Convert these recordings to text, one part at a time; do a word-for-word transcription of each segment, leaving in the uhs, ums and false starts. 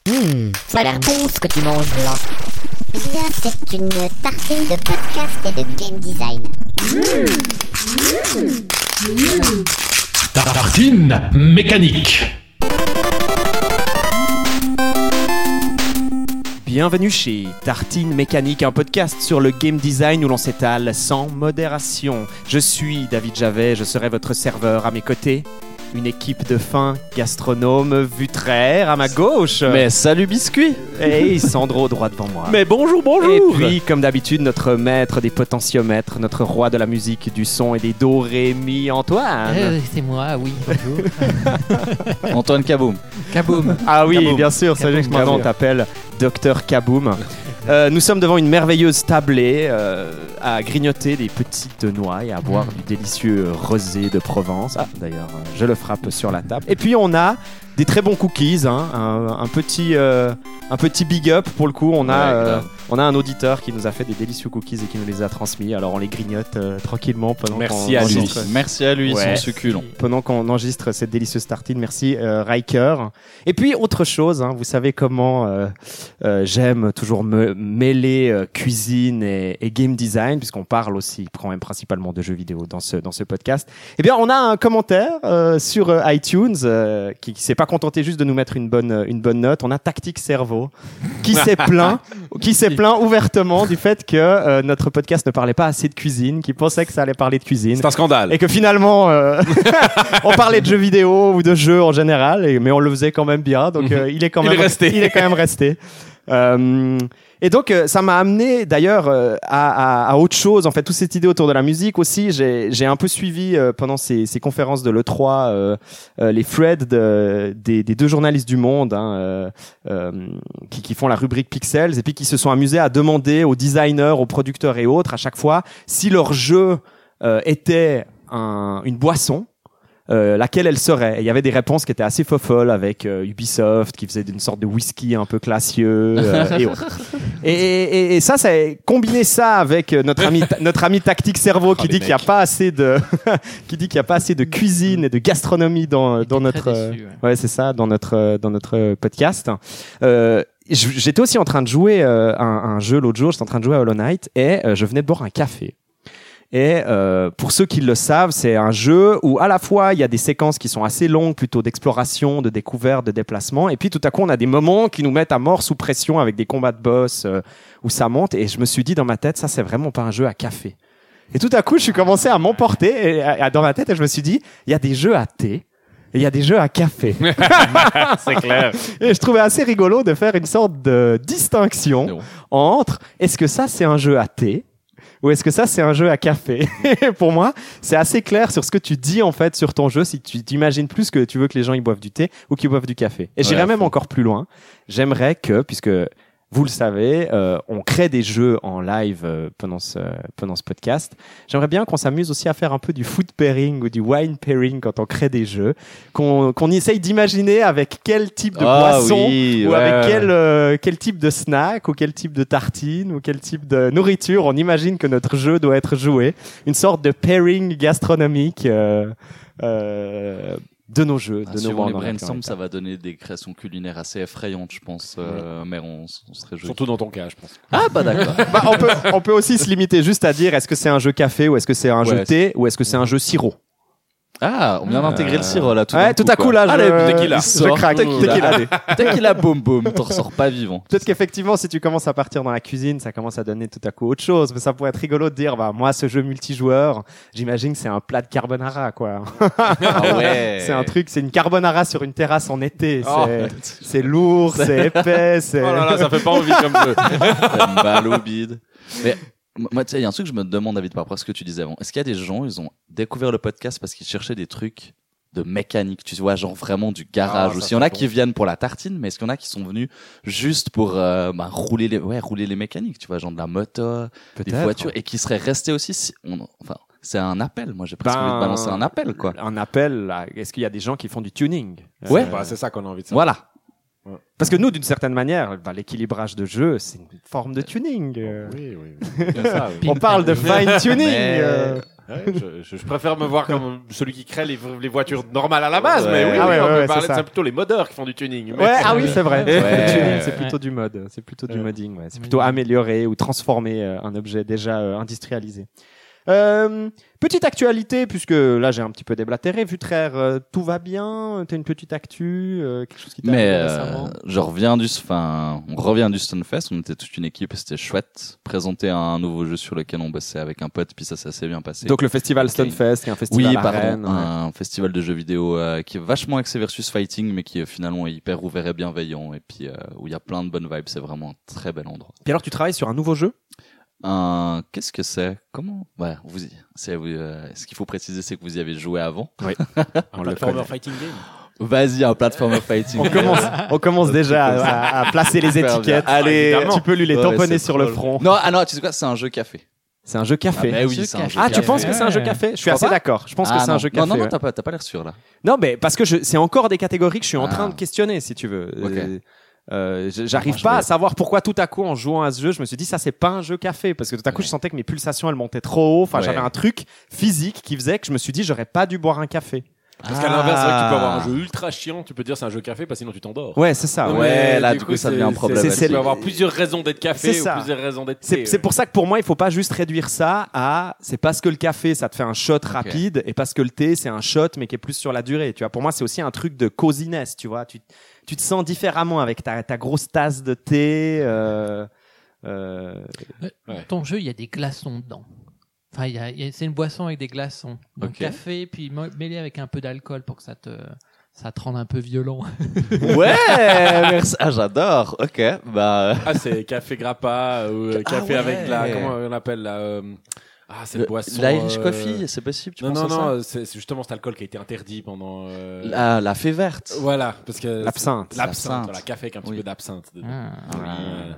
Hum, ça a l'air bon ce que tu manges là. Eh bien, c'est une tartine de podcast et de game design. Mmh. Mmh. Tartine mécanique. Bienvenue chez Tartine Mécanique, un podcast sur le game design où l'on s'étale sans modération. Je suis David Javet, je serai votre serveur à mes côtés. Une équipe de fins gastronomes vutraires à ma gauche. Mais salut Biscuit. Et Sandro droit devant moi. Mais bonjour, bonjour. Et puis, comme d'habitude, notre maître des potentiomètres, notre roi de la musique, du son et des do, ré, mi, Antoine. Euh, c'est moi, oui, bonjour. Antoine Kaboum. Kaboum. Ah oui, Kaboum. bien sûr, c'est vrai que maintenant on t'appelle Docteur Kaboum. Euh, nous sommes devant une merveilleuse tablée euh, à grignoter des petites noix et à boire du délicieux rosé de Provence. Ah, d'ailleurs, euh, je le frappe sur la table. Et puis on a des très bons cookies, hein, un, un, petit, euh, un petit big up pour le coup. On a, Ouais, euh, on a un auditeur qui nous a fait des délicieux cookies et qui nous les a transmis. Alors on les grignote euh, tranquillement pendant Merci qu'on à lui. enregistre. Merci à lui, Ouais. son succulent. Pendant qu'on enregistre cette délicieuse tartine. Merci euh, Riker. Et puis autre chose, hein, vous savez comment euh, euh, j'aime toujours me mêler euh, cuisine et, et game design, puisqu'on parle aussi quand même principalement de jeux vidéo dans ce, dans ce podcast. Eh bien, on a un commentaire euh, sur euh, iTunes euh, qui, qui s'est pas contenté juste de nous mettre une bonne, une bonne note. On a Tactique Cerveau qui s'est plaint, qui s'est plaint ouvertement du fait que euh, notre podcast ne parlait pas assez de cuisine, qui pensait que ça allait parler de cuisine. C'est un scandale. Et que finalement, euh, on parlait de jeux vidéo ou de jeux en général, et, mais on le faisait quand même bien. Donc, euh, il est quand Il même est resté. Il est quand même resté. Euh, et donc, euh, ça m'a amené d'ailleurs euh, à, à, à autre chose. En fait, toute cette idée autour de la musique aussi, j'ai, j'ai un peu suivi euh, pendant ces, ces conférences de l'E trois euh, euh, les threads de, des, des deux journalistes du Monde hein, euh, euh, qui, qui font la rubrique Pixels et puis qui se sont amusés à demander aux designers, aux producteurs et autres à chaque fois si leur jeu euh, était un, une boisson. Euh, laquelle elle serait. Et il y avait des réponses qui étaient assez fofolles avec euh, Ubisoft qui faisait une sorte de whisky un peu classieux euh, et autres. Et, et, et ça, ça combiné ça avec euh, notre ami notre ami Tactique Cerveau qui Oh, dit les qu'il y a mecs. pas assez de qui dit qu'il y a pas assez de cuisine et de gastronomie dans dans notre euh, Déçu, ouais. ouais c'est ça dans notre euh, dans notre podcast. Euh, J'étais aussi en train de jouer euh, un, un jeu l'autre jour. J'étais en train de jouer à Hollow Knight et euh, je venais de boire un café. Et euh, pour ceux qui le savent, c'est un jeu où à la fois il y a des séquences qui sont assez longues, plutôt d'exploration, de découverte, de déplacement, et puis tout à coup on a des moments qui nous mettent à mort sous pression avec des combats de boss euh, où ça monte. Et je me suis dit dans ma tête, ça c'est vraiment pas un jeu à café. Et tout à coup je suis commencé à m'emporter et, à, à, dans ma tête et je me suis dit, il y a des jeux à thé. Et il y a des jeux à café. C'est clair. Et je trouvais assez rigolo de faire une sorte de distinction Non. entre est-ce que ça c'est un jeu à thé ou est-ce que ça c'est un jeu à café. Et pour moi, c'est assez clair sur ce que tu dis en fait sur ton jeu si tu t'imagines plus que tu veux que les gens ils boivent du thé ou qu'ils boivent du café. Et j'irais Ouais, même faut- encore plus loin. J'aimerais que, puisque vous le savez, euh, on crée des jeux en live euh, pendant ce pendant ce podcast. J'aimerais bien qu'on s'amuse aussi à faire un peu du food pairing ou du wine pairing quand on crée des jeux, qu'on qu'on essaye d'imaginer avec quel type de Ah boisson oui, ou ouais. avec quel euh, quel type de snack ou quel type de tartine ou quel type de nourriture on imagine que notre jeu doit être joué, une sorte de pairing gastronomique euh, euh, de nos jeux, Ah, de nos suivant les bandes brainstorms, ça va donner des créations culinaires assez effrayantes, je pense. Euh, mais on, on serait joli. Surtout dans ton cas, je pense. Ah, bah d'accord. Bah, on peut on peut aussi se limiter juste à dire est-ce que c'est un jeu café ou est-ce que c'est un jeu Ouais. thé ou est-ce que c'est un jeu sirop. Ah, on vient d'intégrer le sirop là. Tout Ouais, d'un tout à coup quoi. là, je, Allez, tequila. je Sort, craque. tequila. Tequila. Allez, tequila, boum boum, t'en ressors pas vivant. Peut-être qu'effectivement, si tu commences à partir dans la cuisine, ça commence à donner tout à coup autre chose. Mais ça pourrait être rigolo de dire, bah, moi, ce jeu multijoueur, j'imagine que c'est un plat de carbonara, quoi. Ah ouais. C'est un truc, c'est une carbonara sur une terrasse en été. Oh. C'est, c'est lourd, c'est épais, c'est... Oh là là, ça fait pas envie comme jeu. Une balle au bide. Mais moi, tu sais, il y a un truc que je me demande, David, par rapport à ce que tu disais avant. Est-ce qu'il y a des gens, ils ont découvert le podcast parce qu'ils cherchaient des trucs de mécanique, tu vois, genre vraiment du garage. Ah, Ou ça s'il y en a fait qui viennent pour la tartine, mais est-ce qu'il y en a qui sont venus juste pour euh, bah, rouler les, ouais, rouler les mécaniques, tu vois, genre de la moto, des Peut-être. voitures, et qui seraient restés aussi. Si on, enfin, c'est un appel. Moi, j'ai presque Ben, envie de balancer un appel, quoi. Un appel, là. Est-ce qu'il y a des gens qui font du tuning? Ouais. Euh, Bah, c'est ça qu'on a envie de savoir. Voilà. Parce que nous, d'une certaine manière, bah, l'équilibrage de jeu, c'est une forme de tuning. euh. Oui, oui. oui. Bien ça, oui. On parle de fine tuning. Mais- euh. Ouais, je, je, je préfère me voir comme celui qui crée les, les voitures normales à la base, Ouais. mais oui, Ah oui, ouais, on ouais, peut ouais, parler c'est de ça. c'est plutôt les modeurs qui font du tuning. mais- Ouais, ah oui, c'est vrai. Ouais. Le tuning, c'est Ouais. plutôt du mode, c'est plutôt du Ouais. modding. Ouais. C'est plutôt améliorer ou transformer euh, un objet déjà euh, industrialisé. Euh, petite actualité, puisque là j'ai un petit peu déblatéré. Vutraire, euh, tout va bien? T'as une petite actu, euh, quelque chose qui t'a Mais arrivé euh, récemment? je reviens du, enfin, on revient du Stunfest. On était toute une équipe, c'était chouette. Présenter un nouveau jeu sur lequel on bossait avec un pote, puis ça, ça s'est bien passé. Donc le festival Ok. Stunfest, qui est un festival oui, à pardon, Rennes. ouais. un festival de jeux vidéo euh, qui est vachement axé versus fighting, mais qui est finalement hyper ouvert et bienveillant, et puis euh, où il y a plein de bonnes vibes. C'est vraiment un très bel endroit. Puis alors tu travailles sur un nouveau jeu? Un, qu'est-ce que c'est? Comment? Ouais, vous y, c'est, euh, ce qu'il faut préciser, c'est que vous y avez joué avant. Oui. Un On le platformer connaît. fighting game. Vas-y, un platformer fighting. On commence, on commence déjà à, à placer les Super étiquettes. bien. Allez, évidemment. Tu peux lui les Ouais, tamponner c'est sur le drôle. front. Non, ah non, tu sais quoi? C'est un jeu café. C'est un jeu café. Ah, mais oui, Jeu c'est un café. jeu Ah, tu café. penses que c'est un jeu Ouais. café? Je suis crois assez pas d'accord. Je pense Ah, que c'est un non. jeu café. Non, non, non, ouais. t'as pas, t'as pas l'air sûr, là. Non, mais parce que je, c'est encore des catégories que je suis en Ah. train de questionner, si tu veux. Ok. Euh, euh, j- j'arrive Moi, je pas vais- à savoir pourquoi tout à coup en jouant à ce jeu, je me suis dit ça c'est pas un jeu café parce que tout à coup Ouais. je sentais que mes pulsations elles montaient trop haut. Enfin, Ouais. j'avais un truc physique qui faisait que je me suis dit j'aurais pas dû boire un café. Parce qu'à l'inverse, c'est vrai que tu peux avoir un Ah. jeu ultra chiant, tu peux dire c'est un jeu café, parce que sinon tu t'endors. Ouais, c'est ça. Ouais, ouais. Mais là, du coup, ça c'est- devient un c'est- problème. C'est- Tu c'est- peux avoir plusieurs raisons d'être café C'est ou ça. plusieurs raisons d'être C'est thé. c'est pour ça que pour moi, il faut pas juste réduire ça à c'est parce que le café ça te fait un shot rapide et parce que le thé c'est un shot mais qui est plus sur la durée. Tu vois, pour moi, c'est aussi un truc de coziness. Tu vois, tu, tu te sens différemment avec ta, ta grosse tasse de thé. Euh, euh, Ouais. Ton jeu, il y a des glaçons dedans. Enfin, il y a- il y a- c'est une boisson avec des glaçons. Donc Ok. café, puis mo- mêlé avec un peu d'alcool pour que ça te, ça te rende un peu violent. Ouais, merci. Ah, j'adore. Ok, bah. Ah, c'est café grappa ou euh, Ah café ouais. avec la. Comment on l'appelle la. euh, Ah, cette le- boisson. L'Irish euh, Coffee, c'est possible, tu Non, penses non, à ça? non, c'est c'est justement cet alcool qui a été interdit pendant. euh, La, la fée verte. Voilà, parce que. L'absinthe. L'absinthe, L'absinthe. voilà, café avec un petit Oui. peu d'absinthe dedans. Ah. Euh,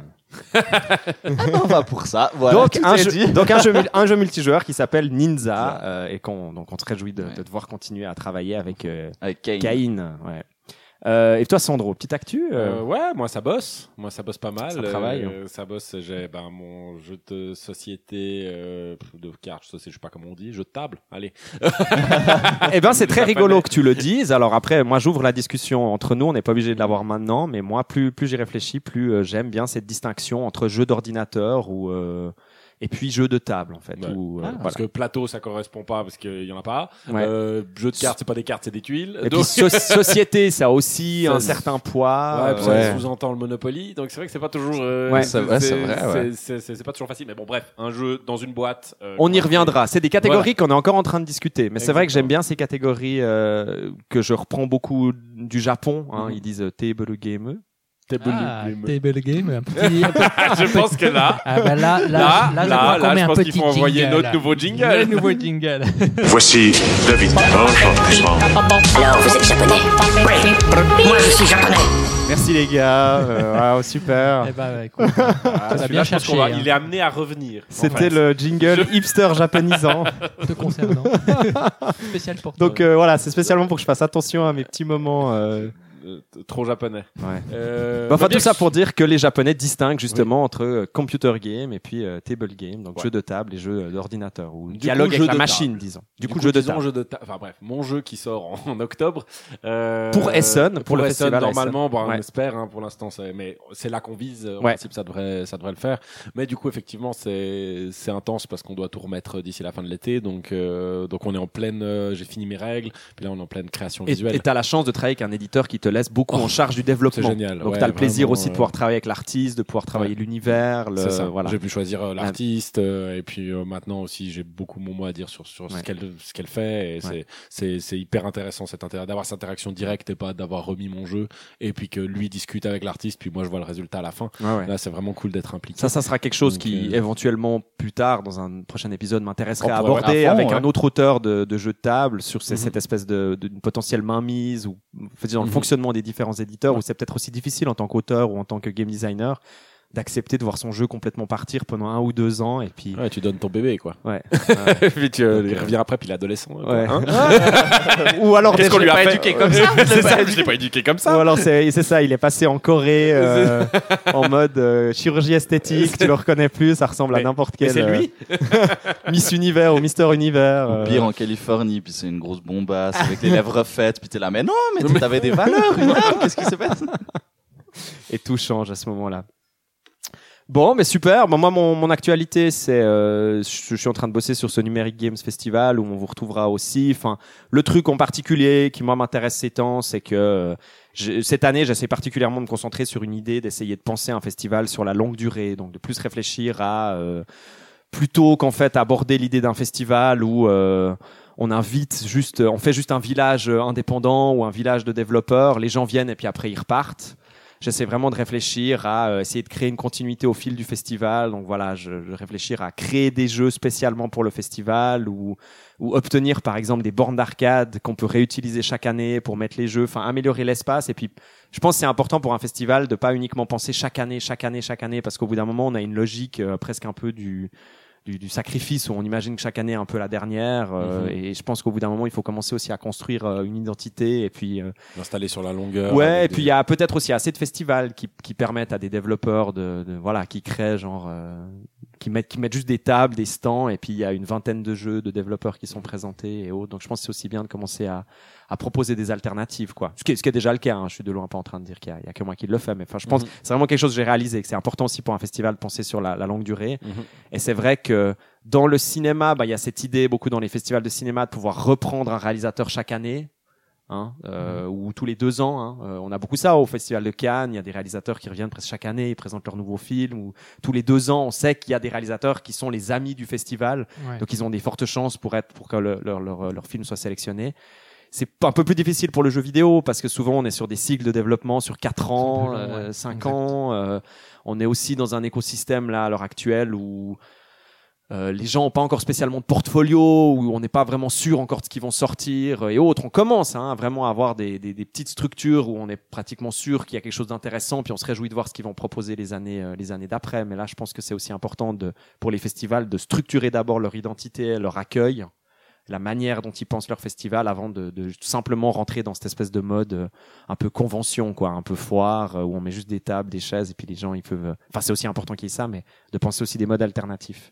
Ah, on va pour ça. Voilà, donc, tout un est jeu, dit. donc un jeu, mul- un jeu multijoueur qui s'appelle Ninja Ça. euh, et qu'on donc on se réjouit de, Ouais. de devoir continuer à travailler avec euh, Avec Kane. Caïn. Ouais. Euh, et toi, Sandro, petite actu euh, Euh, ouais, moi ça bosse. Moi ça bosse pas mal. Ça travaille. Euh, ça bosse. J'ai ben, mon jeu de société, euh, de cartes, je sais je sais pas comment on dit, jeu de table. Allez. Eh ben, c'est très Japonais. rigolo que tu le dises. Alors après, moi, j'ouvre la discussion entre nous. On n'est pas obligé de l'avoir maintenant, mais moi, plus plus j'y réfléchis, plus euh, j'aime bien cette distinction entre jeu d'ordinateur ou euh, et puis jeu de table, en fait. Ouais. Où, euh, Parce voilà. que plateau ça correspond pas parce qu'il y en a pas. Ouais. Euh, jeu de cartes c'est pas des cartes c'est des tuiles. Et Donc- puis so- société, ça a aussi Ça- un certain poids. Ouais, puis euh, ça ouais. sous-entend le Monopoly, donc c'est vrai que c'est pas toujours. euh, Ouais, c'est vrai, c'est vrai, ouais. c'est- c'est- c'est- c'est pas toujours facile, mais bon, bref, un jeu dans une boîte. euh, On y comment- reviendra. C'est des catégories qu'on est encore en train de discuter. Mais c'est vrai que j'aime Exactement. bien ces catégories euh, que je reprends beaucoup du Japon. Hein. Mhm. ils disent euh, table game. Ah, table game, un petit. un peu- Je pense que là, Ah bah là, là, là, là, je là, crois qu'on là, met je un pense petit qu'il faut envoyer jingle, notre là. nouveau Le jingle. nouveau jingle. Voici David. Enchantement. Alors, vous êtes japonais? Oui, moi je suis japonais. Merci les gars. Euh, wow, super. Eh bah, écoute, Ah, ça a celui-là, bien je pense qu'on cherché. va- hein, Il est amené à revenir. en C'était fait. le jingle hipster japonisant. te concernant. Spécial pour Donc toi. euh, voilà, c'est spécialement pour que je fasse attention à mes petits moments. Euh, Euh, trop japonais. ouais. Euh, Enfin, bah, tout bien ça que- pour dire que les Japonais distinguent justement entre euh, computer game et puis euh, table game, donc Ouais. jeu de table et jeu d'ordinateur ou Du dialogue coup, avec jeu la de machine, table. disons. Du, Du, coup, coup, jeu de disons table. jeu de ta- Enfin bref, mon jeu qui sort en, en octobre. euh, Pour Essen, pour le Essen, festival à normalement, bon, on Ouais. espère. Hein, pour l'instant, c'est- mais c'est là qu'on vise. En Ouais. principe, ça devrait, ça devrait le faire. Mais du coup, effectivement, c'est c'est intense parce qu'on doit tout remettre d'ici la fin de l'été. Donc, euh, donc on est en pleine. euh, J'ai fini mes règles. Puis là, on est en pleine création Et visuelle. et t'as la chance de travailler avec un éditeur qui te laisse beaucoup Oh, en charge du développement. c'est génial. Donc Ouais, t'as le plaisir vraiment, aussi de euh, pouvoir travailler avec l'artiste, de pouvoir travailler ouais. l'univers. Le, C'est ça. Voilà. J'ai pu choisir euh, l'artiste euh, et puis euh, maintenant aussi j'ai beaucoup mon mot à dire sur sur Ouais. ce qu'elle ce qu'elle fait et c'est c'est c'est hyper intéressant cette inter- d'avoir cette interaction directe et pas d'avoir remis mon jeu et puis que lui discute avec l'artiste puis moi je vois le résultat à la fin. Ouais, ouais. Là c'est vraiment cool d'être impliqué. Ça, ça sera quelque chose Donc, qui, euh, éventuellement, plus tard, dans un prochain épisode, m'intéresserait On à pourrait- aborder à fond, avec ouais. un autre auteur de, de jeux de table sur ces- Mhm. cette espèce de, de, potentielle mainmise ou, en fait, dans le Mhm. fonctionnement des différents éditeurs Ouais. où c'est peut-être aussi difficile en tant qu'auteur ou en tant que game designer d'accepter de voir son jeu complètement partir pendant un ou deux ans et puis Ouais, tu donnes ton bébé, quoi. ouais. Et puis tu euh, il revient après, puis l'adolescent. quoi. Ouais. Hein Ou alors Qu'est-ce qu'on lui a déjà- fait éduqué comme ça C'est ça, je l'ai pas éduqué comme Ou ça. alors c'est c'est ça, il est passé en Corée euh, en mode euh, chirurgie esthétique, tu le reconnais plus, ça ressemble à Mais- n'importe Mais quel c'est lui. euh, Miss Univers ou Mister Univers. Ou euh. pire en Californie, puis c'est une grosse bombasse avec les lèvres refaites, puis t'es là, mais non, mais t'avais des valeurs, une âme, qu'est-ce qui se passe? Et tout change à ce moment-là. Bon, mais super. Bon, moi, mon, mon actualité, c'est, euh, je, je suis en train de bosser sur ce Numeric Games Festival où on vous retrouvera aussi. Enfin, le truc en particulier qui moi m'intéresse ces temps, c'est que euh, je- cette année, j'essaie particulièrement de me concentrer sur une idée, d'essayer de penser un festival sur la longue durée, donc de plus réfléchir à euh, plutôt qu'en fait aborder l'idée d'un festival où euh, on invite juste, on fait juste un village indépendant ou un village de développeurs. Les gens viennent et puis après ils repartent. J'essaie vraiment de réfléchir à euh, essayer de créer une continuité au fil du festival. Donc voilà, je, je réfléchir à créer des jeux spécialement pour le festival ou, ou obtenir par exemple des bornes d'arcade qu'on peut réutiliser chaque année pour mettre les jeux, enfin améliorer l'espace. Et puis, je pense que c'est important pour un festival de pas uniquement penser chaque année, chaque année, chaque année, parce qu'au bout d'un moment, on a une logique euh, presque un peu du Du, du sacrifice où on imagine que chaque année est un peu la dernière euh, Mhm. et je pense qu'au bout d'un moment il faut commencer aussi à construire euh, une identité et puis euh, L'installer sur la longueur. ouais, et avec puis il des- y a peut-être aussi assez de festivals qui, qui permettent à des développeurs de, de voilà, qui créent genre, euh, qui mettent, qui mettent juste des tables, des stands, et puis il y a une vingtaine de jeux de développeurs qui sont présentés et autres. Donc je pense que c'est aussi bien de commencer à, à proposer des alternatives, quoi. Ce qui est, ce qui est déjà le cas. Hein. Je suis de loin pas en train de dire qu'il y a, il y a que moi qui le fais, mais enfin, je pense Mhm. que c'est vraiment quelque chose que j'ai réalisé, que c'est important aussi pour un festival de penser sur la, la longue durée. Mhm. Et c'est vrai que dans le cinéma, bah, il y a cette idée, beaucoup dans les festivals de cinéma, de pouvoir reprendre un réalisateur chaque année. Hein, euh, ou tous les deux ans. Hein. Euh, on a beaucoup ça au Festival de Cannes. Il y a des réalisateurs qui reviennent presque chaque année, ils présentent leurs nouveaux films. Ou tous les deux ans, on sait qu'il y a des réalisateurs qui sont les amis du festival, Ouais. donc ils ont des fortes chances pour être, pour que le- leur, leur, leur film soit sélectionné. C'est un peu plus difficile pour le jeu vidéo parce que souvent on est sur des cycles de développement sur quatre ans, C'est un peu long, euh, ouais. cinq Exact. ans. Euh, on est aussi dans un écosystème là à l'heure actuelle où Euh, les gens n'ont pas encore spécialement de portfolio, où on n'est pas vraiment sûr encore de ce qu'ils vont sortir euh, et autres. On commence hein, vraiment à avoir des, des, des petites structures où on est pratiquement sûr qu'il y a quelque chose d'intéressant, puis on se réjouit de voir ce qu'ils vont proposer les années, euh, les années d'après. Mais là, je pense que c'est aussi important de, pour les festivals de structurer d'abord leur identité, leur accueil, la manière dont ils pensent leur festival avant de, de simplement rentrer dans cette espèce de mode euh, un peu convention, quoi, un peu foire, euh, où on met juste des tables, des chaises et puis les gens ils peuvent. euh, Enfin, c'est aussi important qu'il y ait ça, mais de penser aussi des modes alternatifs.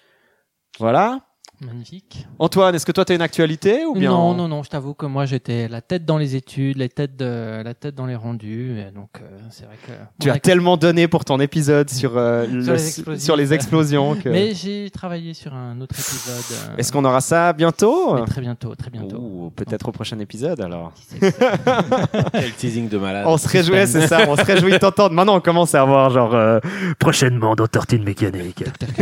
Voilà. Magnifique. Antoine, est-ce que toi tu as une actualité ou bien Non, non, non, je t'avoue que moi j'étais la tête dans les études, la tête, de, la tête dans les rendus, et donc euh, c'est vrai que... Tu mon as ac- tellement donné pour ton épisode sur, euh, le- Sur les explosifs. sur les explosions que... Mais j'ai travaillé sur un autre épisode. euh, Est-ce qu'on aura ça bientôt mais très bientôt, très bientôt. Ou peut-être au prochain épisode alors. Qui sait, Quel teasing de malade. On se réjouit, c'est ça, on se réjouit de t'entendre. Maintenant on commence à avoir genre euh, prochainement dans Tortue Mécanique.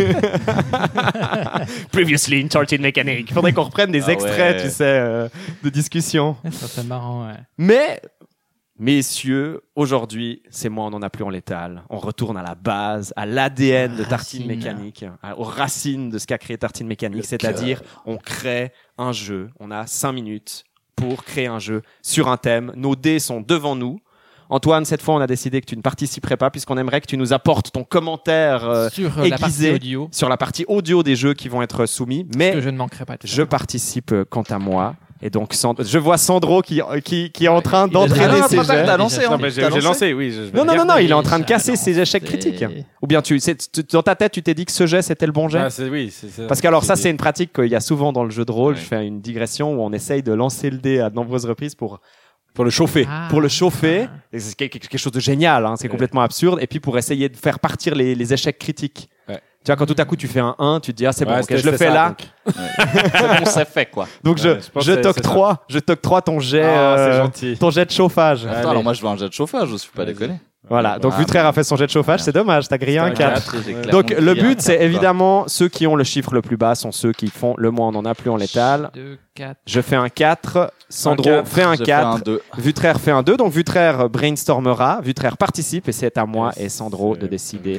Previously in Tortue Mécanique. Il faudrait qu'on reprenne des Ah extraits, ouais. tu sais, euh, de discussion. Ça c'est marrant, ouais. Mais, messieurs, aujourd'hui, c'est moi, on n'en a plus en létal. On retourne à la base, à l'A D N de Tartine Racine. Mécanique, à- aux racines de ce qu'a créé Tartine Mécanique, c'est-à-dire on crée un jeu. On a cinq minutes pour créer un jeu sur un thème. Nos dés sont devant nous. Antoine, cette fois, on a décidé que tu ne participerais pas puisqu'on aimerait que tu nous apportes ton commentaire euh, Sur euh, la partie aiguisé audio, sur la partie audio des jeux qui vont être soumis. Mais que je ne manquerai pas de je faire. participe euh, quant à moi. Et donc, Sand- je vois Sandro qui, qui, qui est en train d'entraîner Ah non, ses attends, jets. t'as lancé, Déjà, hein. Non, mais j'ai T'as j'ai lancé lancé, oui. je- je vais Non, non, le non, non, garder. il est en train de Ça, casser non, ses échecs c'est- critiques. Ou bien, tu, c'est, tu- dans ta tête, tu t'es dit que ce jet, c'était le bon jet. Ah, c'est- oui, c'est ça. Parce qu'alors, ça, c'est une pratique qu'il y a souvent dans le jeu de rôle. Ouais. Je fais une digression où on essaye de lancer le dé à de nombreuses reprises pour, Pour le chauffer. Ah. pour le chauffer. Et c'est quelque quelque chose de génial, hein, c'est Ouais. complètement absurde. Et puis pour essayer de faire partir les, les échecs critiques. Ouais. Tu vois, quand tout à coup tu fais un un, tu te dis, ah, c'est bon, Ouais, ok, c'était- je le c'était fais ça, là. donc. C'est bon, c'est fait, quoi. Donc Ouais, je, je pense je que c'est- t'octroie, je t'octroie ton jet, Ah, c'est euh, gentil. ton jet de chauffage. Attends, Allez. alors moi je veux un jet de chauffage, je suis pas Vas-y. déconné. Voilà. Donc Ah, Vutraire a fait son jet de chauffage, c'est dommage, t'as grillé un C'était un quatre. quatre. J'ai Ouais. clairement Donc le crié un but, c'est quatre, quoi. évidemment ceux qui ont le chiffre le plus bas sont ceux qui font le moins on en a plus en létal. deux, quatre. Je fais un quatre, Sandro quatre, fait un J'ai fait un quatre, deux. Vutraire fait un deux, donc Vutraire brainstormera, Vutraire participe et c'est à moi Yes. et Sandro de C'est- décider.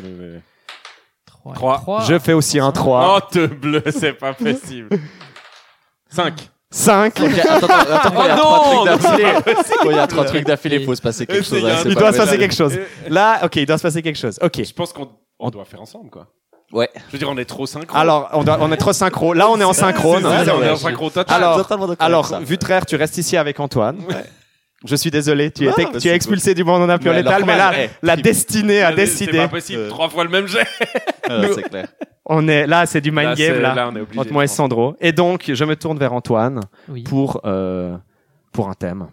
trois. Trois. Trois. Je fais aussi un trois. Oh, te bleu, c'est pas possible. cinq. cinq. Ok, attends, attends, attends, quand il y a Oh trois non, trucs d'affilée. Quand il y a trois trucs d'affilée, il faut se passer quelque chose. Il y a hein, un- c'est Il pas doit se possible. passer quelque chose. Là, ok, il doit se passer quelque chose. Ok. Je pense qu'on on doit faire ensemble, quoi. Ouais. Je veux dire, on est trop synchro. Alors, on, doit, on est trop synchro. Là, on est en synchrone. C'est ça, on est en Ouais. synchro total. Alors, totalement d'accord alors avec ça. Vutraire, tu restes ici avec Antoine. Je suis désolé, tu, Ah, étais, bah, tu c'est es expulsé du monde en appui Ouais, létal, alors, mais là, ouais, la ouais. destinée a C'est décidé. pas possible, Euh. trois fois le même jet. Ah, c'est clair. On est là, c'est du mind Là, game c'est- là, là, on est obligé, entre moi et je pense. Sandro. Et donc, je me tourne vers Antoine Oui. pour euh, pour un thème.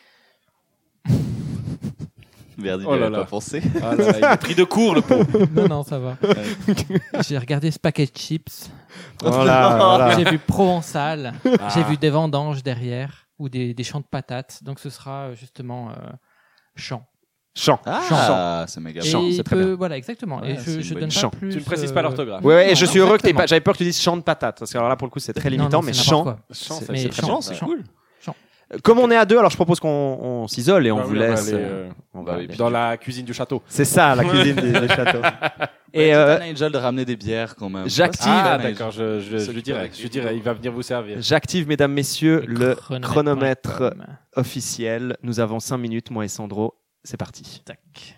Verdi, Oh il là avait là. pas pensé. Ah là là, il est pris de court, le pauvre. Non, non, ça va. J'ai regardé Spaghetti Chips. Voilà, voilà. J'ai vu Provençal. Ah. J'ai vu des vendanges derrière ou des, des champs de patates. Donc ce sera euh, justement euh, champ. Chant. Ah, c'est méga Et Chant, il c'est très peut- bien. Voilà, exactement. Ouais, et c'est je, une je bonne donne chant. pas plus. Tu ne précises euh, pas l'orthographe. Ouais, ouais, et Non, je non, suis heureux que t'aies exactement. pas. J'avais peur que tu dises champ de patates, parce que alors là, pour le coup, c'est très limitant, Non, non, mais c'est chant. n'importe quoi. Chant, C'est- ça, Mais c'est très chant, bien. c'est ça. chant. Cool. Comme on est à deux, alors je propose qu'on on s'isole et on Bah vous oui, on va laisse. aller, euh, euh, on bah va oui, aller. Dans la cuisine du château. C'est ça, la cuisine des, des châteaux. Et Et euh, Nigel de ramener des bières quand même. J'active. Ah, Nigel. d'accord, je, je, je lui dirai. Je lui dirai, il va venir vous servir. j'active, mesdames, messieurs, le chronomètre chronomètre point com. officiel. Nous avons cinq minutes, moi et Sandro. C'est parti. Tac.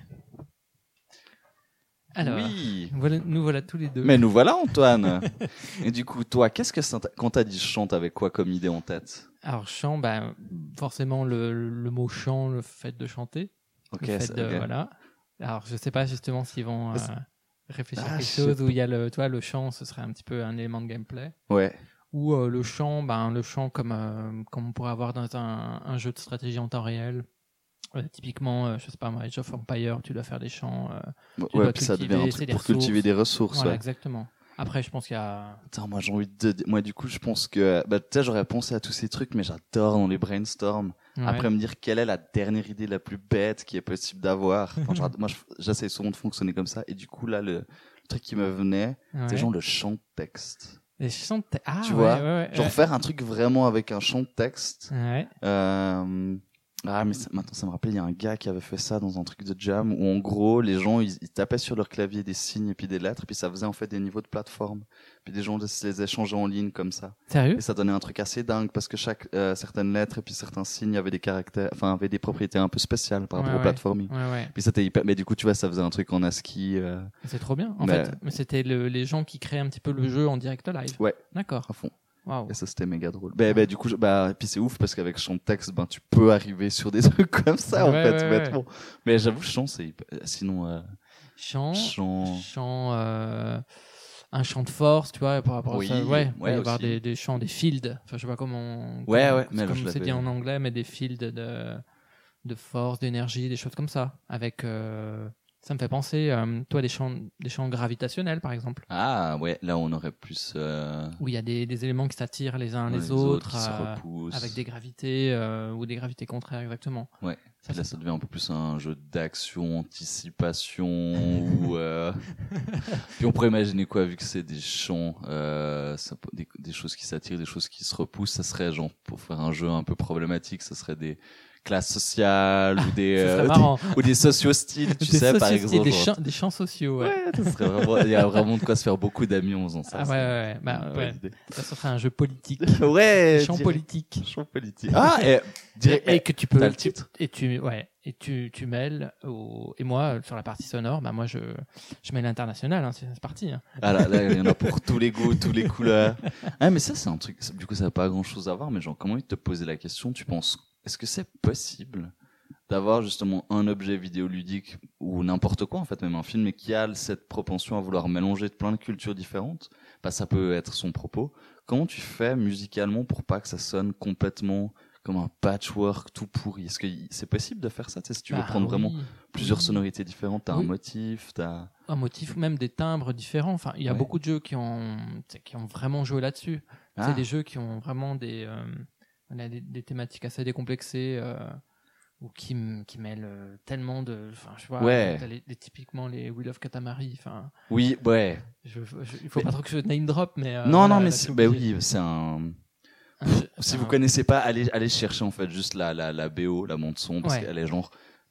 Alors, Oui. voilà, nous voilà tous les deux. Mais nous voilà, Antoine. Et du coup, toi, qu'est-ce que ça t'a- quand t'as dit chant, t'avais quoi comme idée en tête? Alors chant, ben forcément le, le mot chant, le fait de chanter, Ok, le fait c'est- de ok. voilà. Alors je sais pas justement s'ils vont euh, C'est- réfléchir Ah, à quelque je sais chose où il y a le, toi le chant, ce serait un petit peu un élément de gameplay. Ouais. Ou euh, le chant, ben le chant comme euh, comme on pourrait avoir dans un, un jeu de stratégie en temps réel. Euh, typiquement, euh, je sais pas moi, Age of Empire, tu dois faire des chants. euh, Tu Ouais, dois puis ça devient cultiver, un c'est truc des pour cultiver ressources. des ressources. voilà, Ouais. exactement. Après, je pense qu'il y a. Attends, moi j'ai envie de dire- moi du coup je pense que bah tu sais j'aurais pensé à tous ces trucs mais j'adore dans les brainstorms Ouais. après me dire quelle est la dernière idée la plus bête qui est possible d'avoir. Enfin, genre, moi je- j'essaie souvent de fonctionner comme ça et du coup là le, le truc qui me venait Ouais. c'est genre le chant de texte. Les chants de ta- Ah, Tu ouais, vois, ouais, ouais, Genre ouais. faire un truc vraiment avec un chant de texte. Ouais. Euh... Ah mais ça, maintenant ça me rappelle il y a un gars qui avait fait ça dans un truc de jam où en gros les gens ils, ils tapaient sur leur clavier des signes et puis des lettres et puis ça faisait en fait des niveaux de plateforme puis des gens se les échangeaient en ligne comme ça Sérieux? et ça donnait un truc assez dingue parce que chaque euh, certaines lettres et puis certains signes avaient des caractères enfin avaient des propriétés un peu spéciales par rapport Ouais, au ouais. platforming Ouais, ouais. puis c'était hyper mais du coup tu vois ça faisait un truc en ASCII euh, C'est trop bien. En Mais- fait, mais c'était le- les gens qui créaient un petit peu le jeu en direct live. Ouais. D'accord. à fond Waouh. et ça c'était méga drôle bah, bah du coup je- bah et puis c'est ouf parce qu'avec chant de texte ben tu peux arriver sur des trucs comme ça en Ouais, fait ouais, bêtement mais j'avoue chant c'est hyper- sinon euh, Chant. chant Chant. euh, Un chant de force, tu vois, par rapport Oui, à ça. Ouais, il va y ouais, avoir aussi. des, des chants, des fields. Enfin, je sais pas comment. Ouais, comment- ouais, mais Comme je c'est l'avais- dit en anglais, mais des fields de, de force, d'énergie, des choses comme ça. Avec. euh, Ça me fait penser, euh, toi, des champs, des champs gravitationnels, par exemple, Ah ouais, là on aurait plus euh, où il y a des, des éléments qui s'attirent les uns les, les autres, qui se euh, repoussent. avec des gravités euh, ou des gravités contraires, exactement. Ouais. Ça, Là c'est- ça devient un peu plus un jeu d'action, anticipation ou euh... puis on pourrait imaginer quoi vu que c'est des champs, euh, ça peut- des, des choses qui s'attirent, des choses qui se repoussent, ça serait genre pour faire un jeu un peu problématique, ça serait des classes sociales ou des, Ce serait euh, marrant. des- ou des sociostyles, tu Des sais par sociétés, exemple. des, genre- champs, des champs sociaux, ouais. Ouais, ça serait vraiment, il y a vraiment de quoi se faire beaucoup d'amis en faisant ça. Ah ouais, c'est ouais, ouais. Bah, une bonne ouais. idée. Ça, ce serait un jeu politique. Ouais, Champ direct. politique. Champ politique. Ah, et, direct, Et que tu peux. t'as le titre. Et tu, ouais. Et tu, tu mêles au, et moi, sur la partie sonore, bah, moi, je, je mets l'international, hein, c'est c'est parti, hein. Ah là, là, il y en a pour tous les goûts, tous les couleurs. Ah, mais ça, c'est un truc, du coup, ça n'a pas grand chose à voir, mais genre, comment il te posait la question, tu penses, est-ce que c'est possible d'avoir justement un objet vidéoludique ou n'importe quoi, en fait, même un film, mais qui a cette propension à vouloir mélanger plein de cultures différentes? Bah, ça peut être son propos. Comment tu fais musicalement pour pas que ça sonne complètement comme un patchwork tout pourri? Est-ce que y- c'est possible de faire ça? Tu sais, si tu veux Bah, prendre vraiment oui. plusieurs Oui. sonorités différentes, t'as Oui. un motif, t'as... Un motif, même des timbres différents. Enfin, il y a Ouais. beaucoup de jeux qui ont, tu sais, qui ont vraiment joué là-dessus. Ah. C'est des jeux qui ont vraiment des, euh, on a des, des thématiques assez décomplexées, euh, ou qui, m- qui mêlent euh, tellement de, enfin, je vois, Ouais. t'as les, les- typiquement les Wheel of Katamari, enfin, Oui, ouais. je, je- il faut Mais- pas trop que je name drop, mais, euh, non, voilà, non, mais là, c'est, t'es bah obligé. oui, c'est un... Un jeu- Si enfin, vous connaissez pas, allez, allez chercher en fait juste la, la, la B O, la bande son, parce Ouais. qu'elle est genre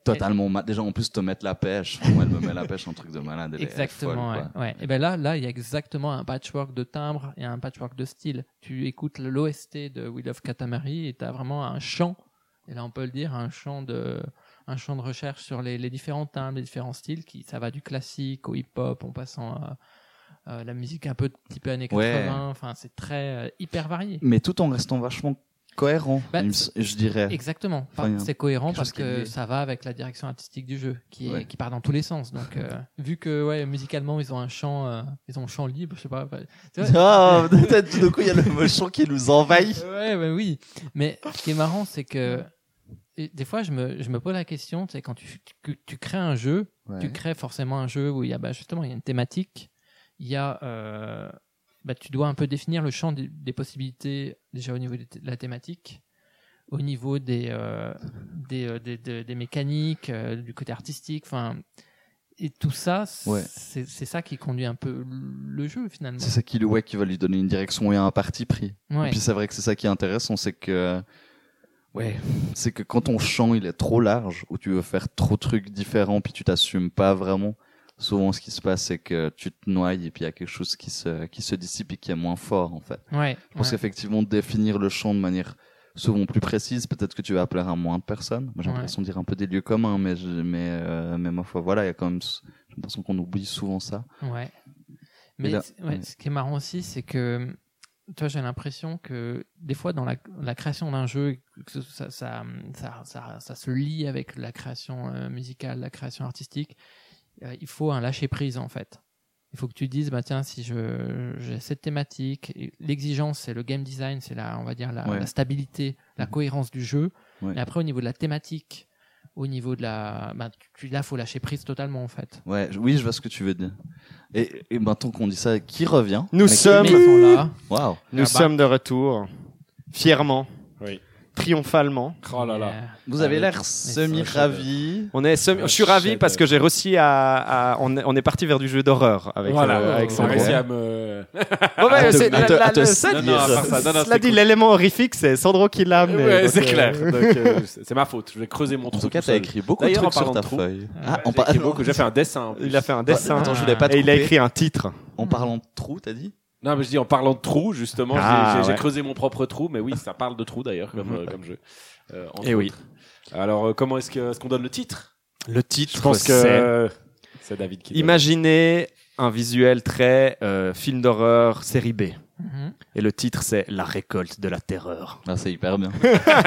totalement ma- déjà en plus te mettre la pêche. Moi, elle me met la pêche, un truc de malade. Elle est Exactement, folle, quoi. ouais, ouais. Et ben là, là, il y a exactement un patchwork de timbres et un patchwork de style. Tu écoutes l'O S T de We Love Katamari et t'as vraiment un chant, et là on peut le dire, un chant de, un champ de recherche sur les, les différents timbres, les différents styles, qui ça va du classique au hip-hop en passant à euh, la musique un peu type années quatre-vingts. Ouais. Enfin, c'est très euh, hyper varié. Mais tout en restant vachement cohérent, Bah, il me s- je dirais. Exactement. Enfin, il y a C'est cohérent quelque parce chose qui est que lié. ça va avec la direction artistique du jeu, qui est, Ouais. qui part dans tous les sens. Donc, euh, vu que ouais, musicalement ils ont un champ, euh, ils ont un champ libre, je sais pas. Tu vois, Ah, peut-être tout d'un coup il y a le mochon qui nous envahit. Ouais, bah oui. Mais ce qui est marrant, c'est que et des fois, je me, je me pose la question, tu sais, quand tu, tu, tu crées un jeu, Ouais. tu crées forcément un jeu où il y a, bah, justement, il y a une thématique, il y a, euh, bah, tu dois un peu définir le champ des, des possibilités, déjà au niveau de la thématique, au niveau des, euh, des, euh, des, des, des mécaniques, euh, du côté artistique, enfin, et tout ça, Ouais. c'est, c'est ça qui conduit un peu le jeu, finalement. C'est ça qui, le- ouais, qui va lui donner une direction et un parti pris. Ouais. Et puis c'est vrai que c'est ça qui est intéressant, c'est que, ouais, c'est que quand ton champ il est trop large, ou tu veux faire trop de trucs différents, puis tu t'assumes pas vraiment, souvent ce qui se passe c'est que tu te noies et puis il y a quelque chose qui se, qui se dissipe et qui est moins fort en fait. Ouais. Je pense ouais. qu'effectivement définir le champ de manière souvent plus précise, peut-être que tu vas plaire à moins de personnes. Moi j'ai Ouais. l'impression de dire un peu des lieux communs, mais je, mais, euh, mais ma foi, voilà, il y a quand même, s- j'ai l'impression qu'on oublie souvent ça. Ouais. Mais là- c- ouais, ouais. ce qui est marrant aussi, c'est que toi, j'ai l'impression que des fois, dans la, la création d'un jeu, que ce- ça, ça, ça, ça, ça se lie avec la création euh, musicale, la création artistique. Euh, il faut un lâcher prise en fait. Il faut que tu dises, bah tiens, si je j'ai cette thématique, et l'exigence, c'est le game design, c'est la, on va dire la, Ouais. la stabilité, la Mhm. cohérence du jeu. Ouais. Et après, au niveau de la thématique, au niveau de la, bah, tu, là, faut lâcher prise totalement en fait. Ouais, je- oui, je vois ce que tu veux dire. Et, et maintenant qu'on dit ça, qui revient? Nous Avec- sommes- Mais ils sont là. Waouh. Nous Ah bah. sommes de retour, fièrement, Oui. triomphalement. Oh là là. Yeah. Vous avez Avec- l'air semi-ravi. On est semi- Un je suis ravi chef-d'œuvre. parce que j'ai réussi à, à- on, est, on est parti vers du jeu d'horreur avec, Voilà, euh, avec on a Sandro. réussi à me. Bon, ouais, à te- c'est- à la- te- la- à te le- salir. Non, non, à part ça, non, non, Cela c'était dit, cool. l'élément horrifique, c'est Sandro qui l'a amené. Ouais, donc, c'est euh, clair. Donc, euh, c'est c'est ma faute. Je vais creuser mon En trou. tout cas, tout t'as seul. écrit beaucoup de D'ailleurs, en trucs sur parlant ta de trous, feuille. Ah, on j'ai par- écrit beaucoup. J'ai fait un dessin. en plus. Il a fait un dessin. Attends, je voulais pas te Et il a couper. écrit un titre. En parlant de trous, t'as dit? Non, mais je dis en parlant de trous, justement, Ah, j'ai- j'ai j'ai ouais. creusé mon propre trou, mais oui, ça parle de trous d'ailleurs, comme, Mhm. euh, comme jeu. Euh, entre Eh oui. autres. Alors, euh, comment est-ce que- est-ce qu'on donne le titre? Le titre, Je pense que c'est euh, c'est David qui. donne. Imaginez un visuel très euh, film d'horreur série B. Mhm. Et le titre, c'est La récolte de la terreur. Ah, c'est hyper bien.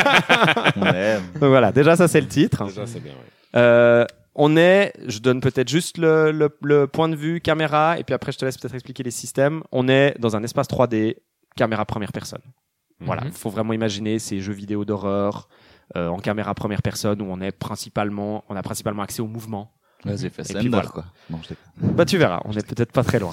On aime. Donc voilà, déjà ça c'est le titre. Déjà, c'est bien. Ouais. Euh, on est, je donne peut-être juste le, le, le point de vue caméra et puis après je te laisse peut-être expliquer les systèmes. On est dans un espace trois D, caméra première personne. Voilà, Mhm. faut vraiment imaginer ces jeux vidéo d'horreur euh, en caméra première personne où on est principalement, on a principalement accès au mouvement. Vas-y, fais Et Slender, puis voilà. quoi. Non, je déconne. Bah tu verras, on est peut-être pas très loin.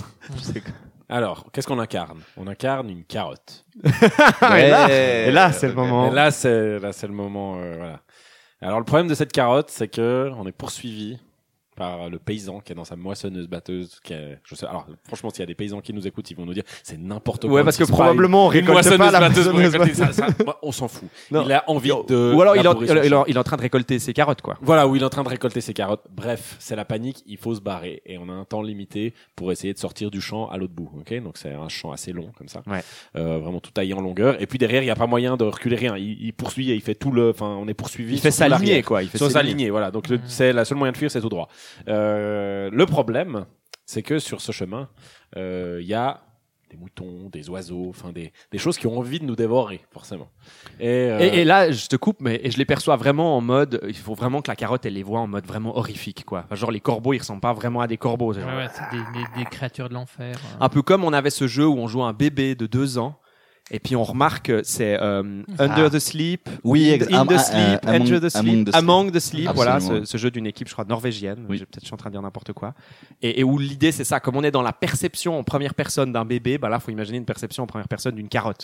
Alors, qu'est-ce qu'on incarne? On incarne une carotte. Ah, et là, Ouais. et là, c'est le moment. Et là, c'est là, c'est le moment. euh, voilà. Alors, le problème de cette carotte, c'est que on est poursuivi par le paysan qui est dans sa moissonneuse batteuse. Qui est, je sais, alors, franchement, s'il y a des paysans qui nous écoutent, ils vont nous dire c'est n'importe quoi. Ouais, parce que c'est pas probablement on une récolte pas moissonneuse la batteuse pour moissonneuse récolter batteuse. ça, ça, moi, on s'en fout. Non. Il a envie de. Ou alors il, est en- labourer son il, est champ. en- il est en train de récolter ses carottes quoi. Voilà, où il est en train de récolter ses carottes. Bref, c'est la panique, il faut se barrer. Et on a un temps limité pour essayer de sortir du champ à l'autre bout. Ok, donc c'est un champ assez long comme ça. Ouais. Euh, vraiment tout taillé en longueur. Et puis derrière, il n'y a pas moyen de reculer rien. Il, il poursuit et il fait tout le. Enfin, on est poursuivi. Il fait sur sa tout lignée l'arrière. quoi. Il fait Sur sa sa lignée. lignée, voilà. Donc le- Mhm. c'est la seule moyen de fuir, c'est tout droit. Euh, le problème, c'est que sur ce chemin, euh, il y a des moutons, des oiseaux, enfin des, des choses qui ont envie de nous dévorer, forcément. Et, euh, Et, et là, je te coupe, mais et je les perçois vraiment en mode. Il faut vraiment que la carotte, elle les voit en mode vraiment horrifique, quoi. Enfin, genre les corbeaux, ils ressemblent pas vraiment à des corbeaux. c'est genre- Ouais, ouais, c'est des, des, des créatures de l'enfer. hein. Un peu comme on avait ce jeu où on jouait un bébé de deux ans. Et puis on remarque, euh, c'est euh, Under Ah. the Sleep, Oui, in, ex- in am- the ah, Sleep, ah, Enter among- the Sleep, among the Sleep. Among the Sleep. Voilà, Absolument. ce, ce jeu d'une équipe, je crois norvégienne. Oui. Je, peut-être je suis en train de dire n'importe quoi. Et, et où l'idée c'est ça, comme on est dans la perception en première personne d'un bébé, bah là faut imaginer une perception en première personne d'une carotte.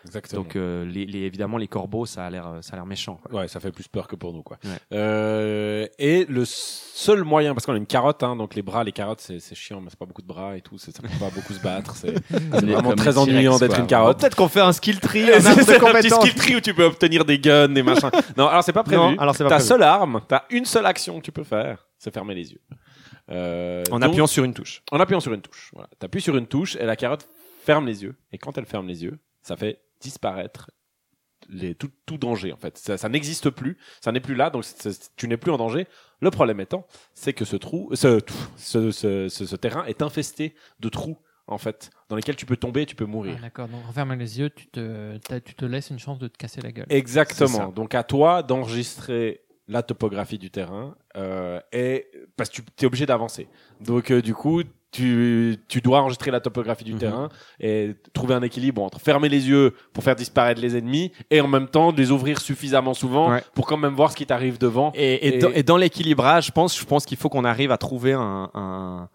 Exactement. Donc euh, les, les, évidemment les corbeaux, ça a l'air, ça a l'air méchant. Quoi. Ouais, ça fait plus peur que pour nous, quoi. Ouais. Euh, et le seul moyen, parce qu'on a une carotte, hein, donc les bras, les carottes, c'est, c'est chiant, mais c'est pas beaucoup de bras et tout, c'est, ça peut pas beaucoup se battre, c'est, c'est vraiment comme très les ennuyant T-Rex, d'être quoi. une carotte. Bon, peut-être qu'on fait un skill tree, C'est un arbre de un petit compétences. skill tree où tu peux obtenir des guns, des machins. Non, alors c'est pas prévu. Non, alors c'est pas Ta prévu. seule arme, t'as une seule action que tu peux faire, c'est fermer les yeux. Euh, En donc, appuyant sur une touche. En appuyant sur une touche. Voilà. T'appuies sur une touche et la carotte ferme les yeux. Et quand elle ferme les yeux, ça fait disparaître les, tout, tout danger, en fait. Ça, ça n'existe plus. Ça n'est plus là, donc c'est, c'est, tu n'es plus en danger. Le problème étant, c'est que ce trou, ce, ce, ce, ce, ce terrain est infesté de trous, en fait, dans lesquels tu peux tomber et tu peux mourir. Ah, d'accord, donc en fermant les yeux, tu te, t'as- tu te laisses une chance de te casser la gueule. Exactement. Donc à toi d'enregistrer la topographie du terrain euh, et parce que tu es obligé d'avancer. Donc euh, du coup, tu tu dois enregistrer la topographie du Mhm. terrain et trouver un équilibre entre fermer les yeux pour faire disparaître les ennemis et en même temps les ouvrir suffisamment souvent Ouais. pour quand même voir ce qui t'arrive devant. Et, et, Et- Dans, et dans l'équilibrage, je pense, je pense qu'il faut qu'on arrive à trouver un, un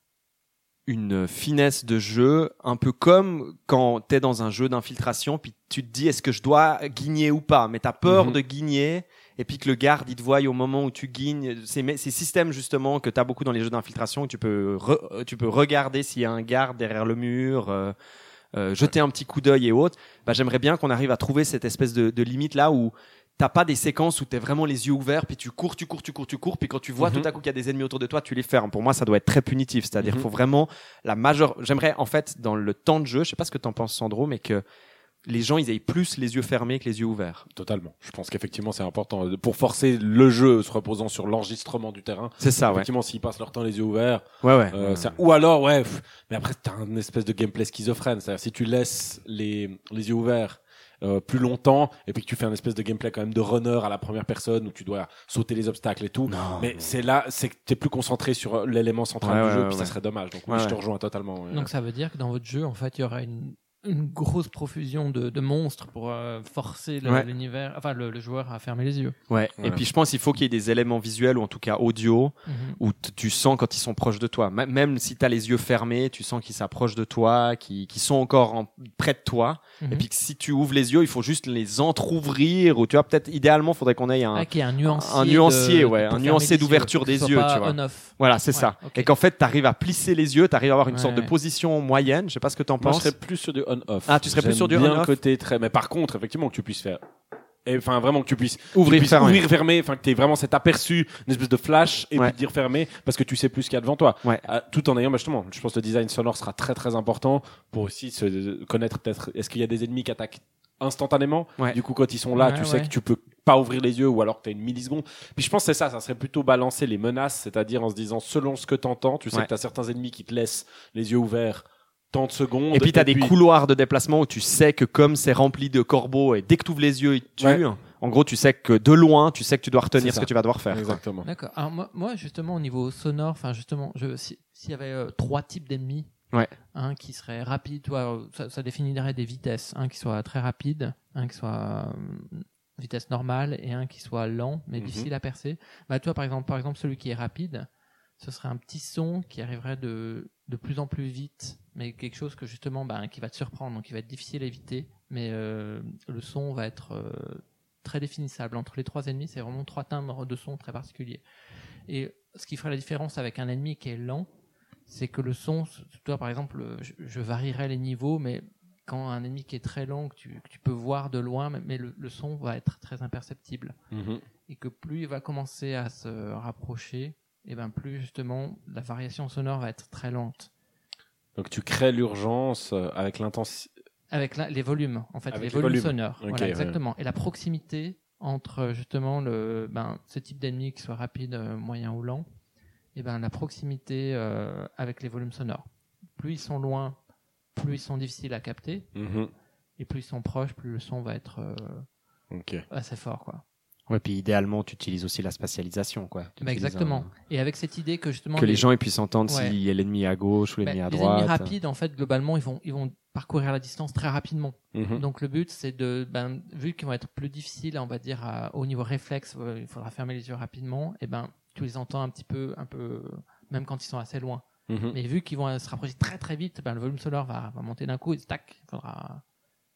une finesse de jeu, un peu comme quand t'es dans un jeu d'infiltration, puis tu te dis est-ce que je dois guigner ou pas, mais t'as peur Mhm. de guigner, et puis que le garde il te voie au moment où tu guignes. C'est ces systèmes justement que t'as beaucoup dans les jeux d'infiltration où tu peux re- tu peux regarder s'il y a un garde derrière le mur. Euh, euh, jeter un petit coup d'œil et autres. Bah, j'aimerais bien qu'on arrive à trouver cette espèce de, de limite là où t'as pas des séquences où t'es vraiment les yeux ouverts, puis tu cours, tu cours, tu cours, tu cours, puis quand tu vois Mhm. tout à coup qu'il y a des ennemis autour de toi, tu les fermes. Pour moi, ça doit être très punitif. C'est-à-dire, Mhm. faut vraiment la majeure. J'aimerais en fait dans le temps de jeu, je sais pas ce que t'en penses, Sandro, mais que les gens ils aient plus les yeux fermés que les yeux ouverts. Totalement. Je pense qu'effectivement c'est important pour forcer le jeu se reposant sur l'enregistrement du terrain. C'est ça, ouais. Effectivement, s'ils passent leur temps les yeux ouverts, Ouais, ouais. Euh, c'est- ou alors, ouais, pff, mais après, t'as un espèce de gameplay schizophrène. C'est-à-dire, si tu laisses les, les yeux ouverts euh, plus longtemps, et puis que tu fais un espèce de gameplay quand même de runner à la première personne, où tu dois sauter les obstacles et tout, Non, mais non. c'est là, c'est que t'es plus concentré sur l'élément central Ouais, du ouais, jeu, ouais, puis ouais. ça serait dommage. Donc oui, Ouais, je te ouais. rejoins totalement. ouais. Donc ça veut dire que dans votre jeu, en fait, il y aura une, une grosse profusion de, de monstres pour euh, forcer le- Ouais. l'univers, enfin le, le joueur à fermer les yeux. Ouais. Ouais. Et puis je pense qu'il faut qu'il y ait des éléments visuels ou en tout cas audio Mhm. où t- tu sens quand ils sont proches de toi. M- même si t'as les yeux fermés, tu sens qu'ils s'approchent de toi, qu'ils, qu'ils sont encore en- près de toi. Mhm. Et puis que si tu ouvres les yeux, il faut juste les entrouvrir ou tu vois peut-être idéalement faudrait qu'on ait un Ah, qu'il y ait un nuancier, un nuancier, de- ouais, pour un fermer nuancier les d'ouverture yeux, que des ce yeux, soit pas tu vois. on-off. Voilà, c'est Ouais, ça. ok. Et qu'en fait, t'arrives à plisser les yeux, t'arrives à avoir une Ouais, sorte de ouais. position moyenne. Je sais pas ce que t'en Moi, je penses. serais plus sur du on-off. Ah, tu serais plus J'aime sur du bien on-off le côté très, mais par contre, effectivement, que tu puisses faire, et enfin, vraiment que tu puisses Ouvrir, tu puisses fermer. ouvrir, fermer, enfin, que t'aies vraiment cet aperçu, une espèce de flash, et Ouais. puis te dire fermer, parce que tu sais plus ce qu'il y a devant toi. Ouais. Euh, tout en ayant, bah, justement, je pense que le design sonore sera très très important pour aussi se connaître peut-être, est-ce qu'il y a des ennemis qui attaquent instantanément? Ouais. Du coup, quand ils sont là, Ouais, tu sais ouais. que tu peux pas ouvrir les yeux ou alors que t'as une milliseconde. Puis je pense que c'est ça, ça serait plutôt balancer les menaces, c'est-à-dire en se disant selon ce que t'entends, tu sais Ouais. que t'as certains ennemis qui te laissent les yeux ouverts tant de secondes. Et puis t'as des couloirs de déplacement où tu sais que comme c'est rempli de corbeaux et dès que tu ouvres les yeux, ils te tuent. Ouais. En gros, tu sais que de loin, tu sais que tu dois retenir C'est ce ça. que tu vas devoir faire. quoi. Exactement. D'accord. Alors moi, moi, justement, au niveau sonore, enfin justement, je, si- s'il y avait euh, trois types d'ennemis, Ouais. un qui serait rapide, toi, euh, ça, ça définirait des vitesses, un qui soit très rapide, un qui soit euh, vitesse normale et un qui soit lent mais Mhm. difficile à percer. Bah toi, par exemple, par exemple, celui qui est rapide, ce serait un petit son qui arriverait de de plus en plus vite, mais quelque chose que justement, bah, qui va te surprendre, donc qui va être difficile à éviter, mais euh, le son va être euh, très définissable. Entre les trois ennemis, c'est vraiment trois timbres de son très particuliers. Et ce qui ferait la différence avec un ennemi qui est lent, c'est que le son, toi par exemple, je, je varierais les niveaux, mais quand un ennemi qui est très lent, que tu, que tu peux voir de loin, mais, mais le, le son va être très imperceptible. Mhm. Et que plus il va commencer à se rapprocher, et ben plus justement la variation sonore va être très lente. Donc tu crées l'urgence euh, avec l'intensité. Avec la- les volumes, en fait, Avec les les volumes volumes. sonores. Ok, voilà, ouais. exactement. Et la proximité entre justement le, ben, ce type d'ennemi, qui soit rapide, euh, moyen ou lent, et ben la proximité euh, avec les volumes sonores. Plus ils sont loin, plus ils sont difficiles à capter, Mhm. et plus ils sont proches, plus le son va être euh, Ok. assez fort, quoi. Ouais, puis idéalement, tu utilises aussi la spatialisation, quoi. Tu Bah, utilises exactement. un- Et avec cette idée que justement Que les gens ils puissent entendre Ouais. s'il y a l'ennemi à gauche ou bah, l'ennemi à les droite. ennemis rapides, en fait, globalement, ils vont, ils vont parcourir la distance très rapidement. Mhm. Donc le but, c'est de, ben, vu qu'ils vont être plus difficiles, on va dire, à- au niveau réflexe, euh, il faudra fermer les yeux rapidement, et ben, tu les entends un petit peu, un peu, même quand ils sont assez loin. Mhm. Mais vu qu'ils vont se rapprocher très très vite, ben, le volume sonore va, va monter d'un coup, et tac, il faudra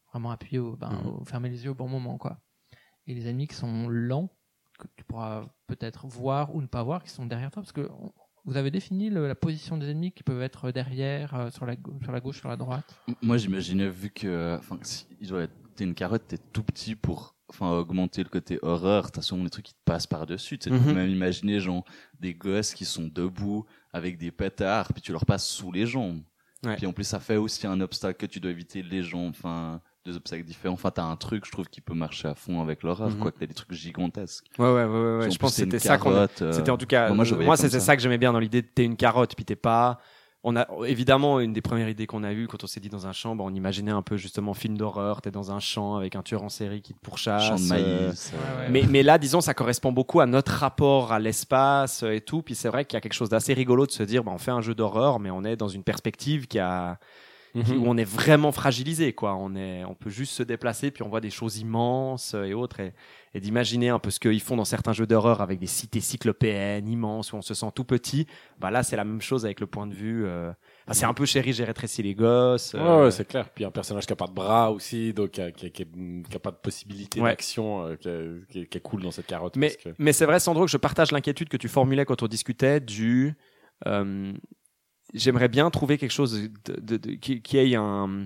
vraiment appuyer, au, ben, Mhm. au- fermer les yeux au bon moment, quoi. Et les ennemis qui sont lents, que tu pourras peut-être voir ou ne pas voir, qui sont derrière toi, parce que on- vous avez défini le- la position des ennemis qui peuvent être derrière, euh, sur, la, ga- sur la gauche, sur la droite. Moi, j'imaginais, vu que, enfin, si il doit être, t'es une carotte, t'es tout petit pour, enfin, augmenter le côté horreur. T'as souvent des trucs qui te passent par-dessus. Tu sais, tu peux Mhm. même imaginer, genre, des gosses qui sont debout avec des pétards, puis tu leur passes sous les jambes. Ouais. Puis en plus, ça fait aussi un obstacle que tu dois éviter les jambes, enfin, deux obstacles différents. Enfin, t'as un truc, je trouve, qui peut marcher à fond avec l'horreur, Mhm. quoi, que t'as des trucs gigantesques. Ouais, ouais, ouais, ouais, ouais. Puis en Je plus, pense que t'es une c'était ça qu'on. carotte, euh, C'était en tout cas. bon, moi, je euh, voyais moi, comme c'était ça. ça que j'aimais bien dans l'idée. T'es une carotte, puis t'es pas. On a évidemment une des premières idées qu'on a eues quand on s'est dit dans un champ, bah, on imaginait un peu justement film d'horreur. T'es dans un champ avec un tueur en série qui te pourchasse. Champ de euh, maïs. euh, Ouais, ouais. Mais, mais là, disons, ça correspond beaucoup à notre rapport à l'espace euh, et tout. Puis c'est vrai qu'il y a quelque chose d'assez rigolo de se dire, bah, on fait un jeu d'horreur, mais on est dans une perspective qui a, qui- où on est vraiment fragilisé, quoi. On est, on peut juste se déplacer, puis on voit des choses immenses euh, et autres, et, et d'imaginer un peu ce qu'ils font dans certains jeux d'horreur avec des cités cyclopéennes immenses où on se sent tout petit. Bah là, c'est la même chose avec le point de vue. Euh... enfin, c'est un peu chéri, j'ai rétréci les gosses. Ouais, euh, ouais, c'est clair. Puis un personnage qui a pas de bras aussi, donc qui a, qui a, qui a- qui a pas de possibilité Ouais. d'action, euh, qui, est- qui, est- qui est cool dans cette carotte. Mais, parce que... mais c'est vrai, Sandro, que je partage l'inquiétude que tu formulais quand on discutait du. euh, J'aimerais bien trouver quelque chose de, de, de- qui, qui ait un.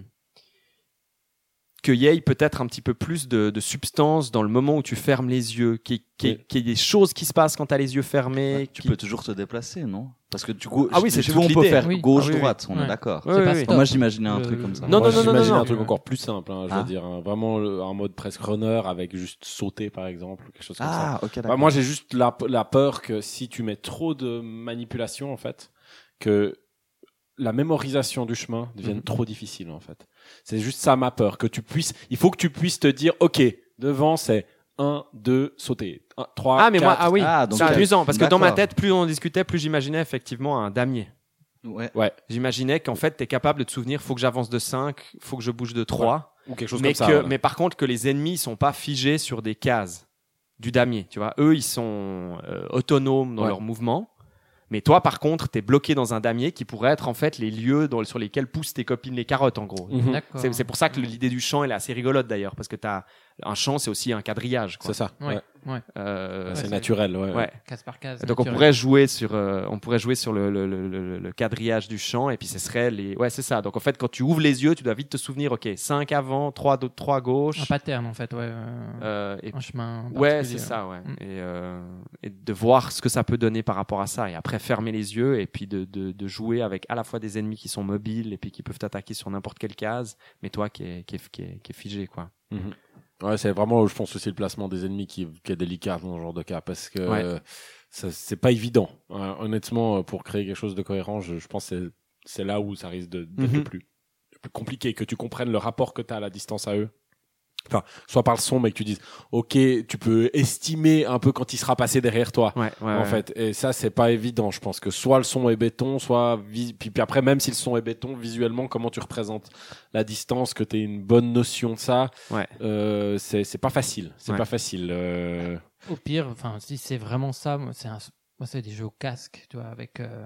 Qu'il y ait peut-être un petit peu plus de, de substance dans le moment où tu fermes les yeux, qu'il qui, Oui. qui y ait des choses qui se passent quand tu as les yeux fermés. Tu qui- peux toujours te déplacer, non? Parce que du coup, Ah oui, je- c'est tu toute vois, on peut l'idée. faire Oui. gauche, Ah oui, oui. droite, on Ouais. est d'accord. Ouais, C'est ouais, pas ouais. stop. Moi, j'imaginais un Le- truc comme ça. Non, Moi, non, non, non, j'imagine non, un truc non. encore plus simple, hein, je Ah. veux dire, hein, vraiment le- un mode presque runner avec juste sauter, par exemple, ou quelque chose comme ça. Ah, ok, Bah, d'accord. moi, j'ai juste la, la peur que si tu mets trop de manipulation, en fait, que la mémorisation du chemin devienne Mhm. trop difficile, en fait. C'est juste ça ma peur, que tu puisses, il faut que tu puisses te dire, ok, devant c'est un, deux, sauter, un, trois, Ah, mais moi, quatre. ah oui, Ah, donc c'est il y a- amusant, parce que dans ma d'accord. tête, plus on discutait, plus j'imaginais effectivement un damier. Ouais. J'imaginais qu'en fait, tu es capable de te souvenir, faut que j'avance de cinq, faut que je bouge de trois. Ou quelque chose mais comme ça. que, voilà. mais par contre que les ennemis sont pas figés sur des cases du damier, tu vois. Eux, ils sont euh, autonomes dans Ouais. leurs mouvements. Mais toi, par contre, t'es bloqué dans un damier qui pourrait être en fait les lieux dans- sur lesquels poussent tes copines les carottes, en gros. Mhm. D'accord. C'est, c'est pour ça que l'idée du champ elle est assez rigolote d'ailleurs, parce que t'as un champ, c'est aussi un quadrillage. Quoi. C'est ça. Ouais, ouais. ouais. Euh, Ouais, c'est c'est- naturel. Ouais. ouais. Case par case. Donc on naturel. pourrait jouer sur, euh, on pourrait jouer sur le, le, le, le, le quadrillage du champ et puis ce serait les, ouais c'est ça. Donc en fait quand tu ouvres les yeux, tu dois vite te souvenir, ok, cinq avant, trois à trois à gauche. Un pattern, en fait, ouais. euh, Euh, et un chemin. ouais, particulier, c'est ça, ouais. Mm. Et, euh, et de voir ce que ça peut donner par rapport à ça. Et après, fermer les yeux et puis de, de, de jouer avec à la fois des ennemis qui sont mobiles et puis qui peuvent t'attaquer sur n'importe quelle case, mais toi qui est, qui est, qui est, qui est figé, quoi. Mhm. Ouais, c'est vraiment, je pense aussi le placement des ennemis qui, qui est délicat dans ce genre de cas parce que Ouais. euh, ça, c'est pas évident. Euh, honnêtement, euh, pour créer quelque chose de cohérent, je, je pense que c'est, c'est là où ça risque de, d'être Mhm. le plus, le plus compliqué, que tu comprennes le rapport que tu as à la distance à eux. Enfin, soit par le son, mais que tu dises, ok, tu peux estimer un peu quand il sera passé derrière toi. Ouais, ouais. en ouais. fait, et ça c'est pas évident. Je pense que soit le son est béton, soit vis- puis, puis après même si le son est béton, visuellement comment tu représentes la distance, que tu aies une bonne notion de ça, Ouais. euh, c'est c'est pas facile. C'est Ouais. pas facile. euh. Au pire, enfin, si c'est vraiment ça, moi, c'est un, moi, c'est des jeux au casque, tu vois, avec euh,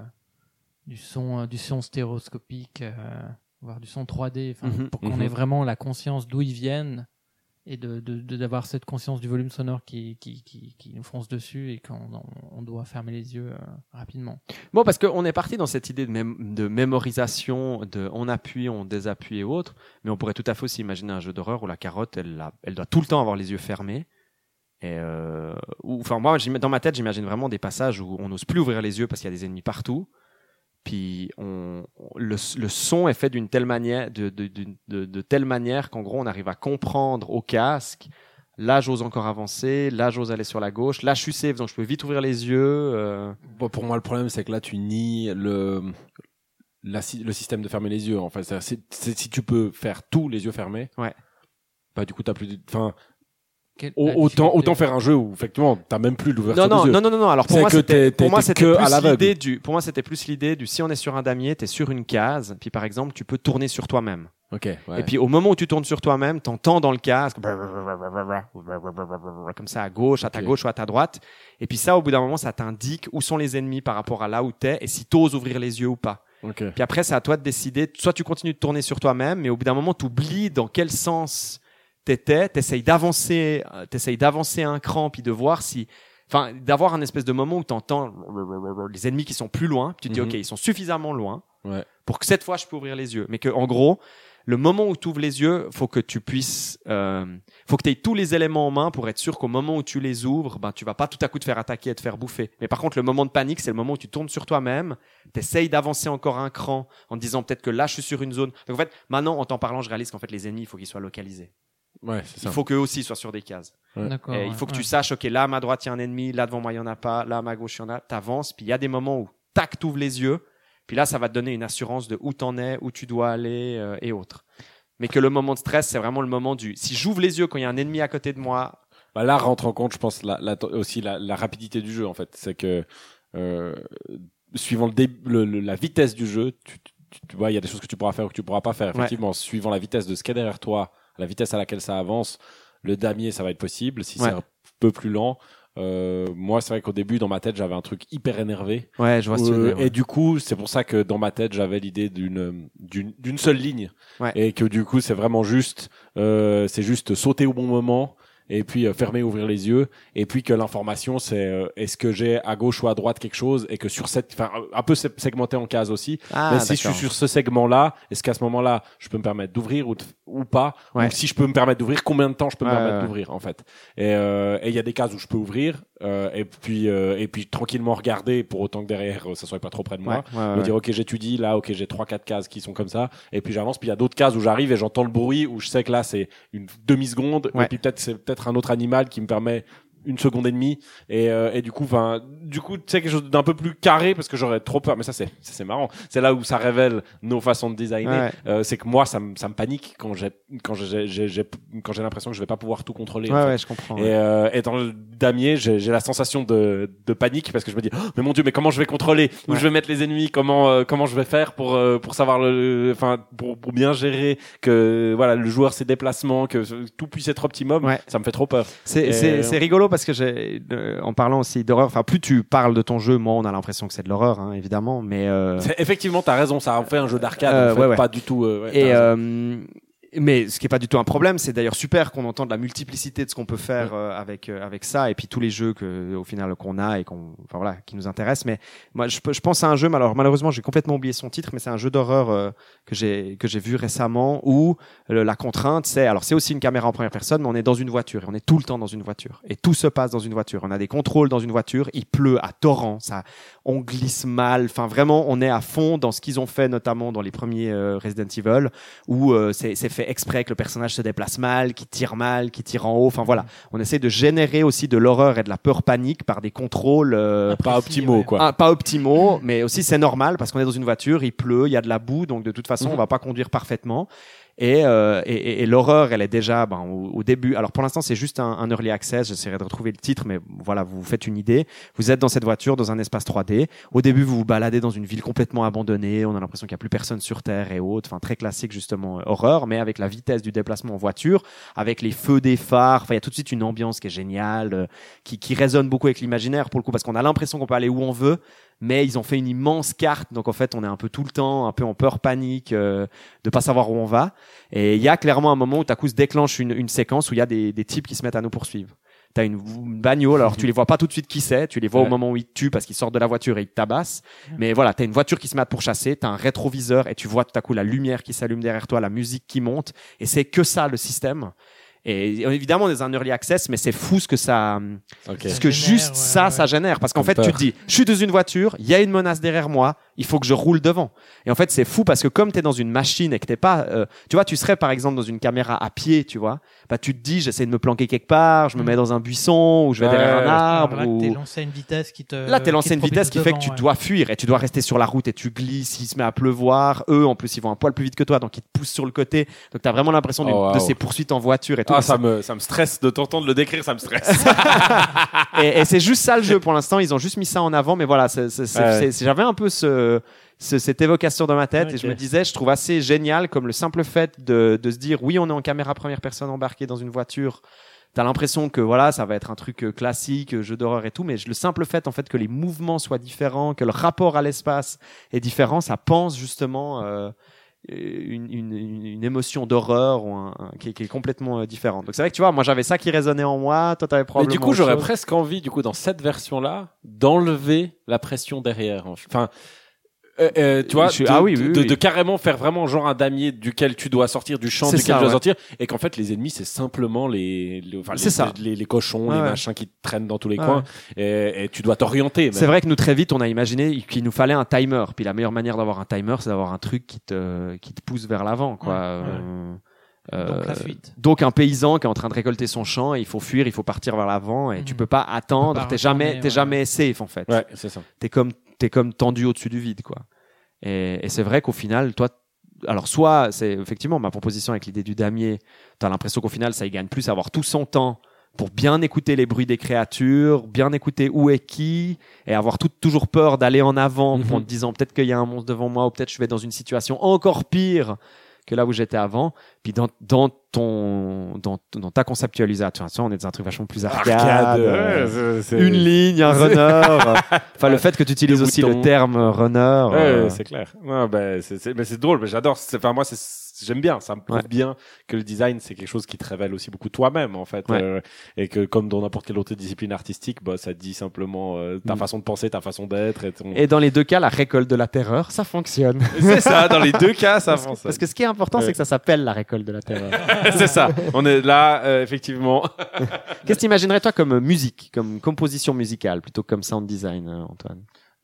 du son, euh, du son stéréoscopique, euh, voire du son trois D, enfin, Mhm, pour qu'on mhm. ait vraiment la conscience d'où ils viennent et de, de, de- d'avoir cette conscience du volume sonore qui, qui, qui, qui nous fonce dessus et qu'on on, on doit fermer les yeux euh, rapidement. Bon, parce qu'on est parti dans cette idée de, mém- de mémorisation, de on appuie, on désappuie et autres, mais on pourrait tout à fait aussi imaginer un jeu d'horreur où la carotte, elle, a- elle doit tout le temps avoir les yeux fermés. Et euh, ou- enfin, moi, j'im- dans ma tête, j'imagine vraiment des passages où on n'ose plus ouvrir les yeux parce qu'il y a des ennemis partout. Puis on, on- le, le son est fait d'une telle manière, de, de, de, de, de telle manière qu'en gros, on arrive à comprendre au casque. Là, j'ose encore avancer. Là, j'ose aller sur la gauche. Là, je suis safe, donc je peux vite ouvrir les yeux. euh. Bon, pour moi, le problème c'est que là tu nies le la, sy- le système de fermer les yeux. En fait, c'est, c'est, c'est- si tu peux faire tout les yeux fermés, Ouais. bah du coup t'as plus. de- Enfin, Quelle- au- la autant difficulté. autant faire un jeu où effectivement t'as même plus l'ouverture Non, non, des yeux. non, non, non, non. Alors pour C'est moi, que c'était, t'es- pour t'es- moi, t'es c'était que à plus l'aveugle. l'idée du, pour moi, c'était plus l'idée du, si on est sur un damier, t'es sur une case, puis par exemple, tu peux tourner sur toi-même. Ok. Ouais. Et puis au moment où tu tournes sur toi-même, t'entends dans le casque, comme ça à gauche, à ta Ok. gauche ou à ta droite. Et puis ça, au bout d'un moment, ça t'indique où sont les ennemis par rapport à là où t'es et si t'oses ouvrir les yeux ou pas. Ok. Puis après, c'est à toi de décider. Soit tu continues de tourner sur toi-même, mais au bout d'un moment, tu oublies dans quel sens t'étais. T'essayes d'avancer, euh, t'essayes d'avancer un cran, puis de voir si, enfin, d'avoir un espèce de moment où t'entends les ennemis qui sont plus loin. Puis tu te dis, Mhm. ok, ils sont suffisamment loin Ouais. pour que cette fois, je peux ouvrir les yeux. Mais que, en gros, le moment où tu ouvres les yeux, faut que tu puisses, euh, faut que tu aies tous les éléments en main pour être sûr qu'au moment où tu les ouvres, ben tu vas pas tout à coup te faire attaquer et te faire bouffer. Mais par contre, le moment de panique, c'est le moment où tu tournes sur toi-même, t'essayes d'avancer encore un cran en te disant peut-être que là je suis sur une zone. Donc en fait, maintenant en t'en parlant, je réalise qu'en fait les ennemis, il faut qu'ils soient localisés. Ouais, c'est ça. Il faut qu'eux aussi soient sur des cases. Ouais. D'accord. Et il faut que tu saches, ok, là à ma droite il y a un ennemi, là devant moi il y en a pas, là à ma gauche il y en a. T'avances, puis il y a des moments où tac, t'ouvres les yeux, puis là ça va te donner une assurance de où t'en es, où tu dois aller euh, et autres. Mais que le moment de stress, c'est vraiment le moment du. Si j'ouvre les yeux quand il y a un ennemi à côté de moi. Bah là rentre en compte, je pense, la, la, aussi la, la rapidité du jeu en fait. C'est que euh, suivant le, dé, le, le la vitesse du jeu, tu, tu, tu vois, il y a des choses que tu pourras faire ou que tu pourras pas faire. Effectivement, ouais. Suivant la vitesse de ce qu'il y a derrière toi, la vitesse à laquelle ça avance, le damier ça va être possible. Si ouais. c'est un peu plus lent. Euh, moi, c'est vrai qu'au début, dans ma tête, j'avais un truc hyper énervé. Ouais, je vois. Euh, dire, ouais. Et du coup, c'est pour ça que dans ma tête, j'avais l'idée d'une d'une d'une seule ligne, ouais. et que du coup, c'est vraiment juste, euh, c'est juste sauter au bon moment. Et puis euh, fermer, ouvrir les yeux, et puis que l'information c'est euh, est-ce que j'ai à gauche ou à droite quelque chose, et que sur cette, enfin un peu segmenté en cases aussi. Ah, mais si je suis sur ce segment-là, est-ce qu'à ce moment-là je peux me permettre d'ouvrir ou de, ou pas, ouais. ou si je peux me permettre d'ouvrir, combien de temps je peux me ouais, permettre ouais. d'ouvrir en fait. Et euh, et il y a des cases où je peux ouvrir, euh, et puis euh, et puis tranquillement regarder pour autant que derrière ça soit pas trop près de moi. Ouais, ouais, me ouais. dire ok j'étudie là, ok j'ai trois quatre cases qui sont comme ça, et puis j'avance. Puis il y a d'autres cases où j'arrive et j'entends le bruit où je sais que là c'est une demi seconde, ouais. et puis peut-être c'est peut-être un autre animal qui me permet une seconde et demie, et euh, et du coup enfin du coup tu sais quelque chose d'un peu plus carré, parce que j'aurais trop peur. Mais ça c'est ça, c'est marrant, c'est là où ça révèle nos façons de designer. Ouais. Euh, c'est que moi ça me ça me panique quand j'ai quand j'ai j'ai, j'ai quand j'ai l'impression que je vais pas pouvoir tout contrôler. Ouais, en fait. ouais, je comprends. Et, ouais. euh, et dans le damier, j'ai, j'ai la sensation de, de panique, parce que je me dis, oh, mais mon Dieu, mais comment je vais contrôler, où ouais. je vais mettre les ennemis, comment euh, comment je vais faire pour euh, pour savoir le, enfin pour pour bien gérer que voilà le joueur ses déplacements, que tout puisse être optimum. Ouais. Ça me fait trop peur. C'est et c'est c'est rigolo parce que j'ai euh, en parlant aussi d'horreur, enfin plus tu parles de ton jeu, moi on a l'impression que c'est de l'horreur, hein, évidemment, mais euh... c'est, effectivement t'as raison, ça en fait un jeu d'arcade, euh, en fait, ouais, ouais. pas du tout. Euh, ouais, et euh, mais ce qui est pas du tout un problème, c'est d'ailleurs super qu'on entende la multiplicité de ce qu'on peut faire ouais. euh, avec euh, avec ça, et puis tous les jeux que au final qu'on a et qu'on, enfin voilà, qui nous intéressent. Mais moi, je, je pense à un jeu, alors malheureusement j'ai complètement oublié son titre, mais c'est un jeu d'horreur euh, que j'ai que j'ai vu récemment où le, la contrainte c'est, alors c'est aussi une caméra en première personne, mais on est dans une voiture et on est tout le temps dans une voiture et tout se passe dans une voiture. On a des contrôles dans une voiture, il pleut à torrent, ça, on glisse mal, enfin vraiment on est à fond dans ce qu'ils ont fait notamment dans les premiers euh, Resident Evil où euh, c'est c'est fait exprès que le personnage se déplace mal, qui tire mal, qui tire en haut. Enfin voilà, on essaie de générer aussi de l'horreur et de la peur panique par des contrôles euh, pas optimaux, ouais. quoi. Ah, pas optimaux, mais aussi c'est normal parce qu'on est dans une voiture, il pleut, il y a de la boue, donc de toute façon mm-hmm. on va pas conduire parfaitement. Et, euh, et, et, et l'horreur, elle est déjà ben, au, au début. Alors pour l'instant, c'est juste un, un early access. J'essaierai de retrouver le titre, mais voilà, vous vous faites une idée. Vous êtes dans cette voiture, dans un espace trois D. Au début, vous vous baladez dans une ville complètement abandonnée. On a l'impression qu'il y a plus personne sur Terre et autres. Enfin, très classique justement, euh, horreur, mais avec la vitesse du déplacement en voiture, avec les feux des phares. Enfin, il y a tout de suite une ambiance qui est géniale, euh, qui, qui résonne beaucoup avec l'imaginaire pour le coup, parce qu'on a l'impression qu'on peut aller où on veut. Mais ils ont fait une immense carte, donc en fait on est un peu tout le temps un peu en peur panique euh, de pas savoir où on va. Et il y a clairement un moment où tout à coup se déclenche une, une séquence où il y a des, des types qui se mettent à nous poursuivre. T'as une, une bagnole, alors tu les vois pas tout de suite qui c'est, tu les vois ouais. au moment où ils te tuent parce qu'ils sortent de la voiture et ils te tabassent. Mais voilà, t'as une voiture qui se met à te pourchasser, t'as un rétroviseur et tu vois tout à coup la lumière qui s'allume derrière toi, la musique qui monte, et c'est que ça le système. Et évidemment, on est dans un early access, mais c'est fou ce que ça, okay. ce que ça juste génère, ça, ouais, ça ouais. génère. Parce qu'en Comme fait, peur. tu te dis, je suis dans une voiture, il y a une menace derrière moi, il faut que je roule devant. Et en fait, c'est fou parce que comme t'es dans une machine et que t'es pas, euh, tu vois, tu serais par exemple dans une caméra à pied, tu vois, bah tu te dis, j'essaie de me planquer quelque part, je me Mm. mets dans un buisson ou je vais Ouais, derrière un ouais. arbre. Alors là, ou... t'es lancé à une vitesse qui te. Là, t'es lancé qui une te vitesse propulse qui fait que devant, tu ouais. dois fuir et tu dois rester sur la route et tu glisses, il se met à pleuvoir. Eux, en plus, ils vont un poil plus vite que toi, donc ils te poussent sur le côté. Donc t'as vraiment l'impression d'une- Oh, wow. de ces poursuites en voiture et tout. Ah, Mais ça me ça me stresse de t'entendre le décrire, ça me stresse. et, et c'est juste ça le jeu pour l'instant, ils ont juste mis ça en avant, mais voilà, c'est, c'est, c'est, Ouais. c'est, c'est- j'avais un peu ce, ce- cette évocation dans ma tête Ok. et je me disais, je trouve assez génial comme le simple fait de, de se dire oui, on est en caméra première personne embarquée dans une voiture t'as l'impression que voilà, ça va être un truc euh, classique, euh, jeu d'horreur et tout, mais le simple fait en fait que les mouvements soient différents, que le rapport à l'espace est différent, ça pense justement euh, une, une, une, une émotion d'horreur ou un, un, qui, est, qui est complètement euh, différente. Donc c'est vrai que tu vois, moi j'avais ça qui résonnait en moi, toi t'avais Mais probablement. du coup, autre j'aurais chose. presque envie, du coup, dans cette version-là, d'enlever la pression derrière. Enfin, euh, euh, tu vois, Je suis- de, ah oui, de, oui, de, oui. de carrément faire vraiment genre un damier duquel tu dois sortir, du champ C'est duquel ça, tu dois ouais. sortir, et qu'en fait les ennemis c'est simplement les, les, enfin, C'est les, ça. les, les cochons, Ouais, les ouais. machins qui te traînent dans tous les Ouais, coins, et, et tu dois t'orienter. C'est même. vrai que nous très vite on a imaginé qu'il nous fallait un timer. Puis la meilleure manière d'avoir un timer, c'est d'avoir un truc qui te qui te pousse vers l'avant, quoi. Ouais, Euh, euh, Donc la fuite. donc un paysan qui est en train de récolter son champ, il faut fuir, il faut partir vers l'avant et Mhm. tu peux pas attendre. Tu peux pas T'es jamais retourner, t'es ouais. jamais safe en fait. Ouais, c'est ça. T'es comme t'es comme tendu au-dessus du vide, quoi. Et, et c'est vrai qu'au final, toi, alors soit c'est effectivement ma proposition avec l'idée du damier, t'as l'impression qu'au final ça y gagne plus à avoir tout son temps pour bien écouter les bruits des créatures, bien écouter où est qui, et avoir tout, toujours peur d'aller en avant Mhm. en te disant peut-être qu'il y a un monstre devant moi ou peut-être je vais dans une situation encore pire que là où j'étais avant. Puis dans, dans ton, dans, dans ta conceptualisation, on est dans un truc vachement plus arcade. Arcade, euh, ouais, c'est- une ligne, un c'est- runner. Enfin, le fait que tu utilises Le aussi bouton. le terme runner. Ouais, euh, c'est clair. Ouais, ben, c'est, c'est, mais c'est drôle, mais j'adore. C'est- Enfin, moi, c'est, j'aime bien. Ça me prouve Ouais. bien que le design, c'est quelque chose qui te révèle aussi beaucoup toi-même, en fait. Ouais. Euh, et que, comme dans n'importe quelle autre discipline artistique, bah, ça te dit simplement euh, ta Mm. façon de penser, ta façon d'être. Et, ton... Et dans les deux cas, la récolte de la terreur, ça fonctionne. c'est ça, dans les deux cas, ça Parce que, avance. parce que ce qui est important, c'est Ouais. que ça s'appelle la récolte de la terreur. c'est ça. On est là, euh, effectivement. Qu'est-ce que t'imaginerais toi comme musique, comme composition musicale, plutôt que comme sound design, euh, Antoine?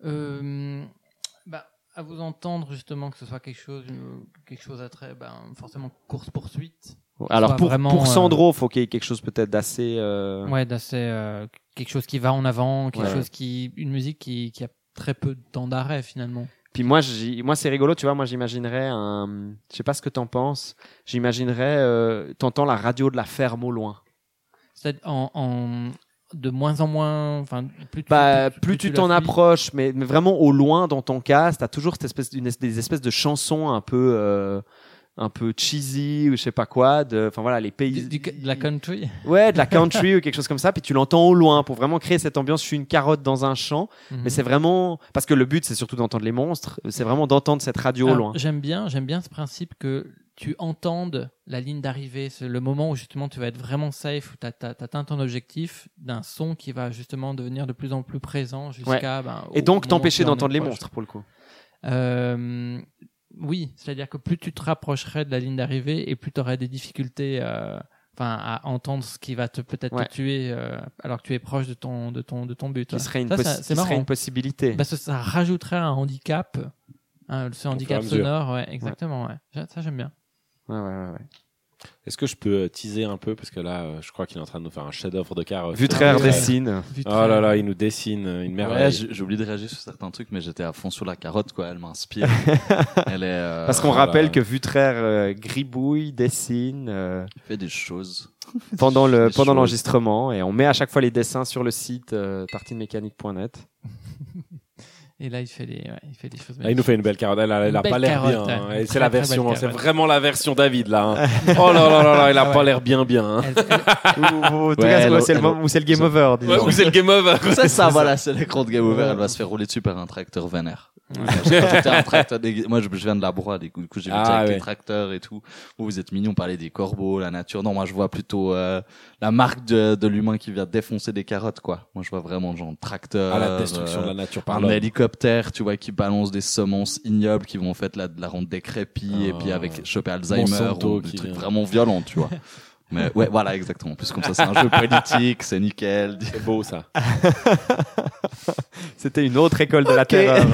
Euh, bah, à vous entendre justement que ce soit quelque chose, une- quelque chose à très, ben, forcément course poursuite. Alors soit pour, vraiment, pour euh, Sandro, faut qu'il y ait quelque chose peut-être d'assez. euh, Ouais, d'assez euh, quelque chose qui va en avant, quelque Ouais. chose qui, une musique qui, qui a très peu de temps d'arrêt finalement. Puis moi, j'y- moi c'est rigolo, tu vois. Moi, j'imaginerais un. Je sais pas ce que t'en penses. J'imaginerais, euh, t'entends la radio de la ferme au loin. C'est en, en de moins en moins, enfin plus tu, Bah, plus tu la t'en fuis. approches, mais, mais vraiment au loin dans ton casque, t'as toujours cette espèce, une, es- des espèces de chansons un peu, euh, un peu cheesy ou je sais pas quoi. De, enfin voilà, les pays. Du- du- de la country. Ouais, de la country ou quelque chose comme ça. Puis tu l'entends au loin pour vraiment créer cette ambiance. Je suis une carotte dans un champ, Mhm. mais c'est vraiment parce que le but c'est surtout d'entendre les monstres. C'est vraiment d'entendre cette radio au Alors, loin. J'aime bien, j'aime bien ce principe que tu entendes la ligne d'arrivée, c'est le moment où justement tu vas être vraiment safe, où tu as atteint ton objectif d'un son qui va justement devenir de plus en plus présent jusqu'à. Ben, Et au donc moment t'empêcher où tu en es d'entendre les proche. monstres pour le coup. Euh, oui, c'est-à-dire que plus tu te rapprocherais de la ligne d'arrivée et plus tu aurais des difficultés euh, enfin, à entendre ce qui va te peut-être Ouais. te tuer euh, alors que tu es proche de ton, de ton, de ton but. Qui ouais. serait une, Ça, possi- ça, qui c'est serait marrant. une possibilité. Parce que ça rajouterait un handicap, hein, ce handicap à mesure. sonore, ouais, exactement. Ouais. Ja- Ça, j'aime bien. Ouais, ouais, ouais, ouais. Est-ce que je peux euh, teaser un peu parce que là, euh, je crois qu'il est en train de nous faire un chef-d'œuvre de carotte. Vutraire ouais. dessine. Vu Oh très- là là, il nous dessine euh, une Ouais, merveille. j'ai j'ai oublié de réagir sur certains trucs, mais j'étais à fond sur la carotte, quoi. Elle m'inspire. Elle est. euh, Parce qu'on voilà. rappelle que Vutraire euh, gribouille, dessine euh, fait des choses. pendant le Des pendant choses. l'enregistrement et on met à chaque fois les dessins sur le site euh, tartinemécanique point net. Et là, il fait des, ouais, il fait des choses. Ah, il nous fait une belle carotte. Elle, a- elle Une a pas belle l'air carotte, bien. hein. ouais. Et Une c'est très, la très version, belle c'est carotte. vraiment la version David là. hein. Oh là là là là, il a Ah ouais. pas l'air bien bien. hein. Elle- elle- ou, ou- en tout Ouais, cas, elle- ouais, c'est le, elle- moment où c'est le game over. disons. Ouais, ou c'est le game over. C'est ça, voilà, c'est l'écran de Game Over. Elle va se faire rouler dessus par un tracteur vénère. J'étais un tracteur des- Moi, je, je viens de la broie, du coup, du coup, j'ai vu Ah, ça avec ouais. les tracteurs et tout. Vous, vous êtes mignons, parler des corbeaux, la nature. Non, moi, je vois plutôt euh, la marque de, de l'humain qui vient défoncer des carottes, quoi. Moi, je vois vraiment genre tracteur. À la destruction euh, de la nature par un l'homme. hélicoptère, tu vois, qui balance des semences ignobles qui vont en fait la, la rendre décrépit et Oh. puis avec choper Alzheimer Monsanto ou des qui trucs vient. vraiment violents, tu vois. Mais ouais, voilà, exactement. En plus, comme ça, c'est un jeu politique, c'est nickel. C'est beau ça. C'était une autre école de la terreur.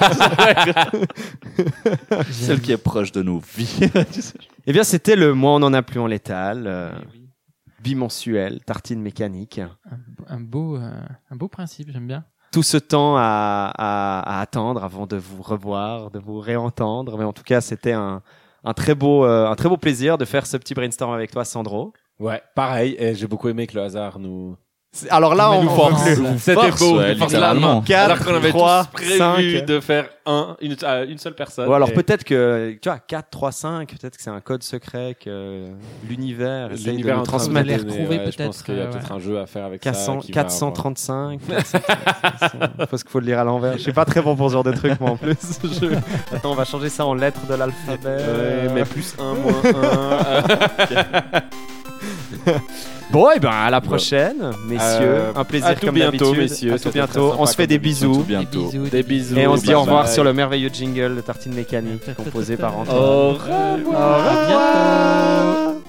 Celle qui est proche de nos vies. Tu sais. Eh bien, c'était le Moi on en a plus en létal, euh, Eh oui. bimensuel, tartine mécanique. un, un beau, euh, un beau principe, j'aime bien. Tout ce temps à, à, à attendre avant de vous revoir, de vous réentendre. Mais en tout cas, c'était un, un très beau, euh, un très beau plaisir de faire ce petit brainstorm avec toi, Sandro. Ouais, pareil. Et j'ai beaucoup aimé que le hasard nous C'est- Alors là, Mais on nous on force. peut plus. C'était Force, beau, ouais, on force la littéralement. main. Quatre, Alors qu'on avait trois, tous prévu cinq. de faire un, une, euh, une seule personne. Ou alors Et peut-être que, tu vois, quatre, trois, cinq, peut-être que c'est un code secret que l'univers essaye de l'univers nous en train de transmettre. les donner, retrouver, ouais, Je pense peut-être, qu'il y a euh, peut-être un jeu à faire avec quatre ça. cents, qui va quatre cent avoir- trente-cinq. Parce qu'il faut le lire à l'envers. Je suis pas très bon pour ce genre de truc, moi, en plus. Je- Attends, on va changer ça en lettres de l'alphabet. Ouais, mais plus un, moins un. Bon, et ben à la prochaine, messieurs. Euh, un plaisir à tout comme bientôt, d'habitude. messieurs. À tout C'était bientôt. très On se sympa fait des comme bisous. Tout bientôt. Des bisous. Des bisous. Et on se dit au revoir Bye. sur le merveilleux jingle de Tartine Mécanique composé par Antoine. Au revoir. Au revoir.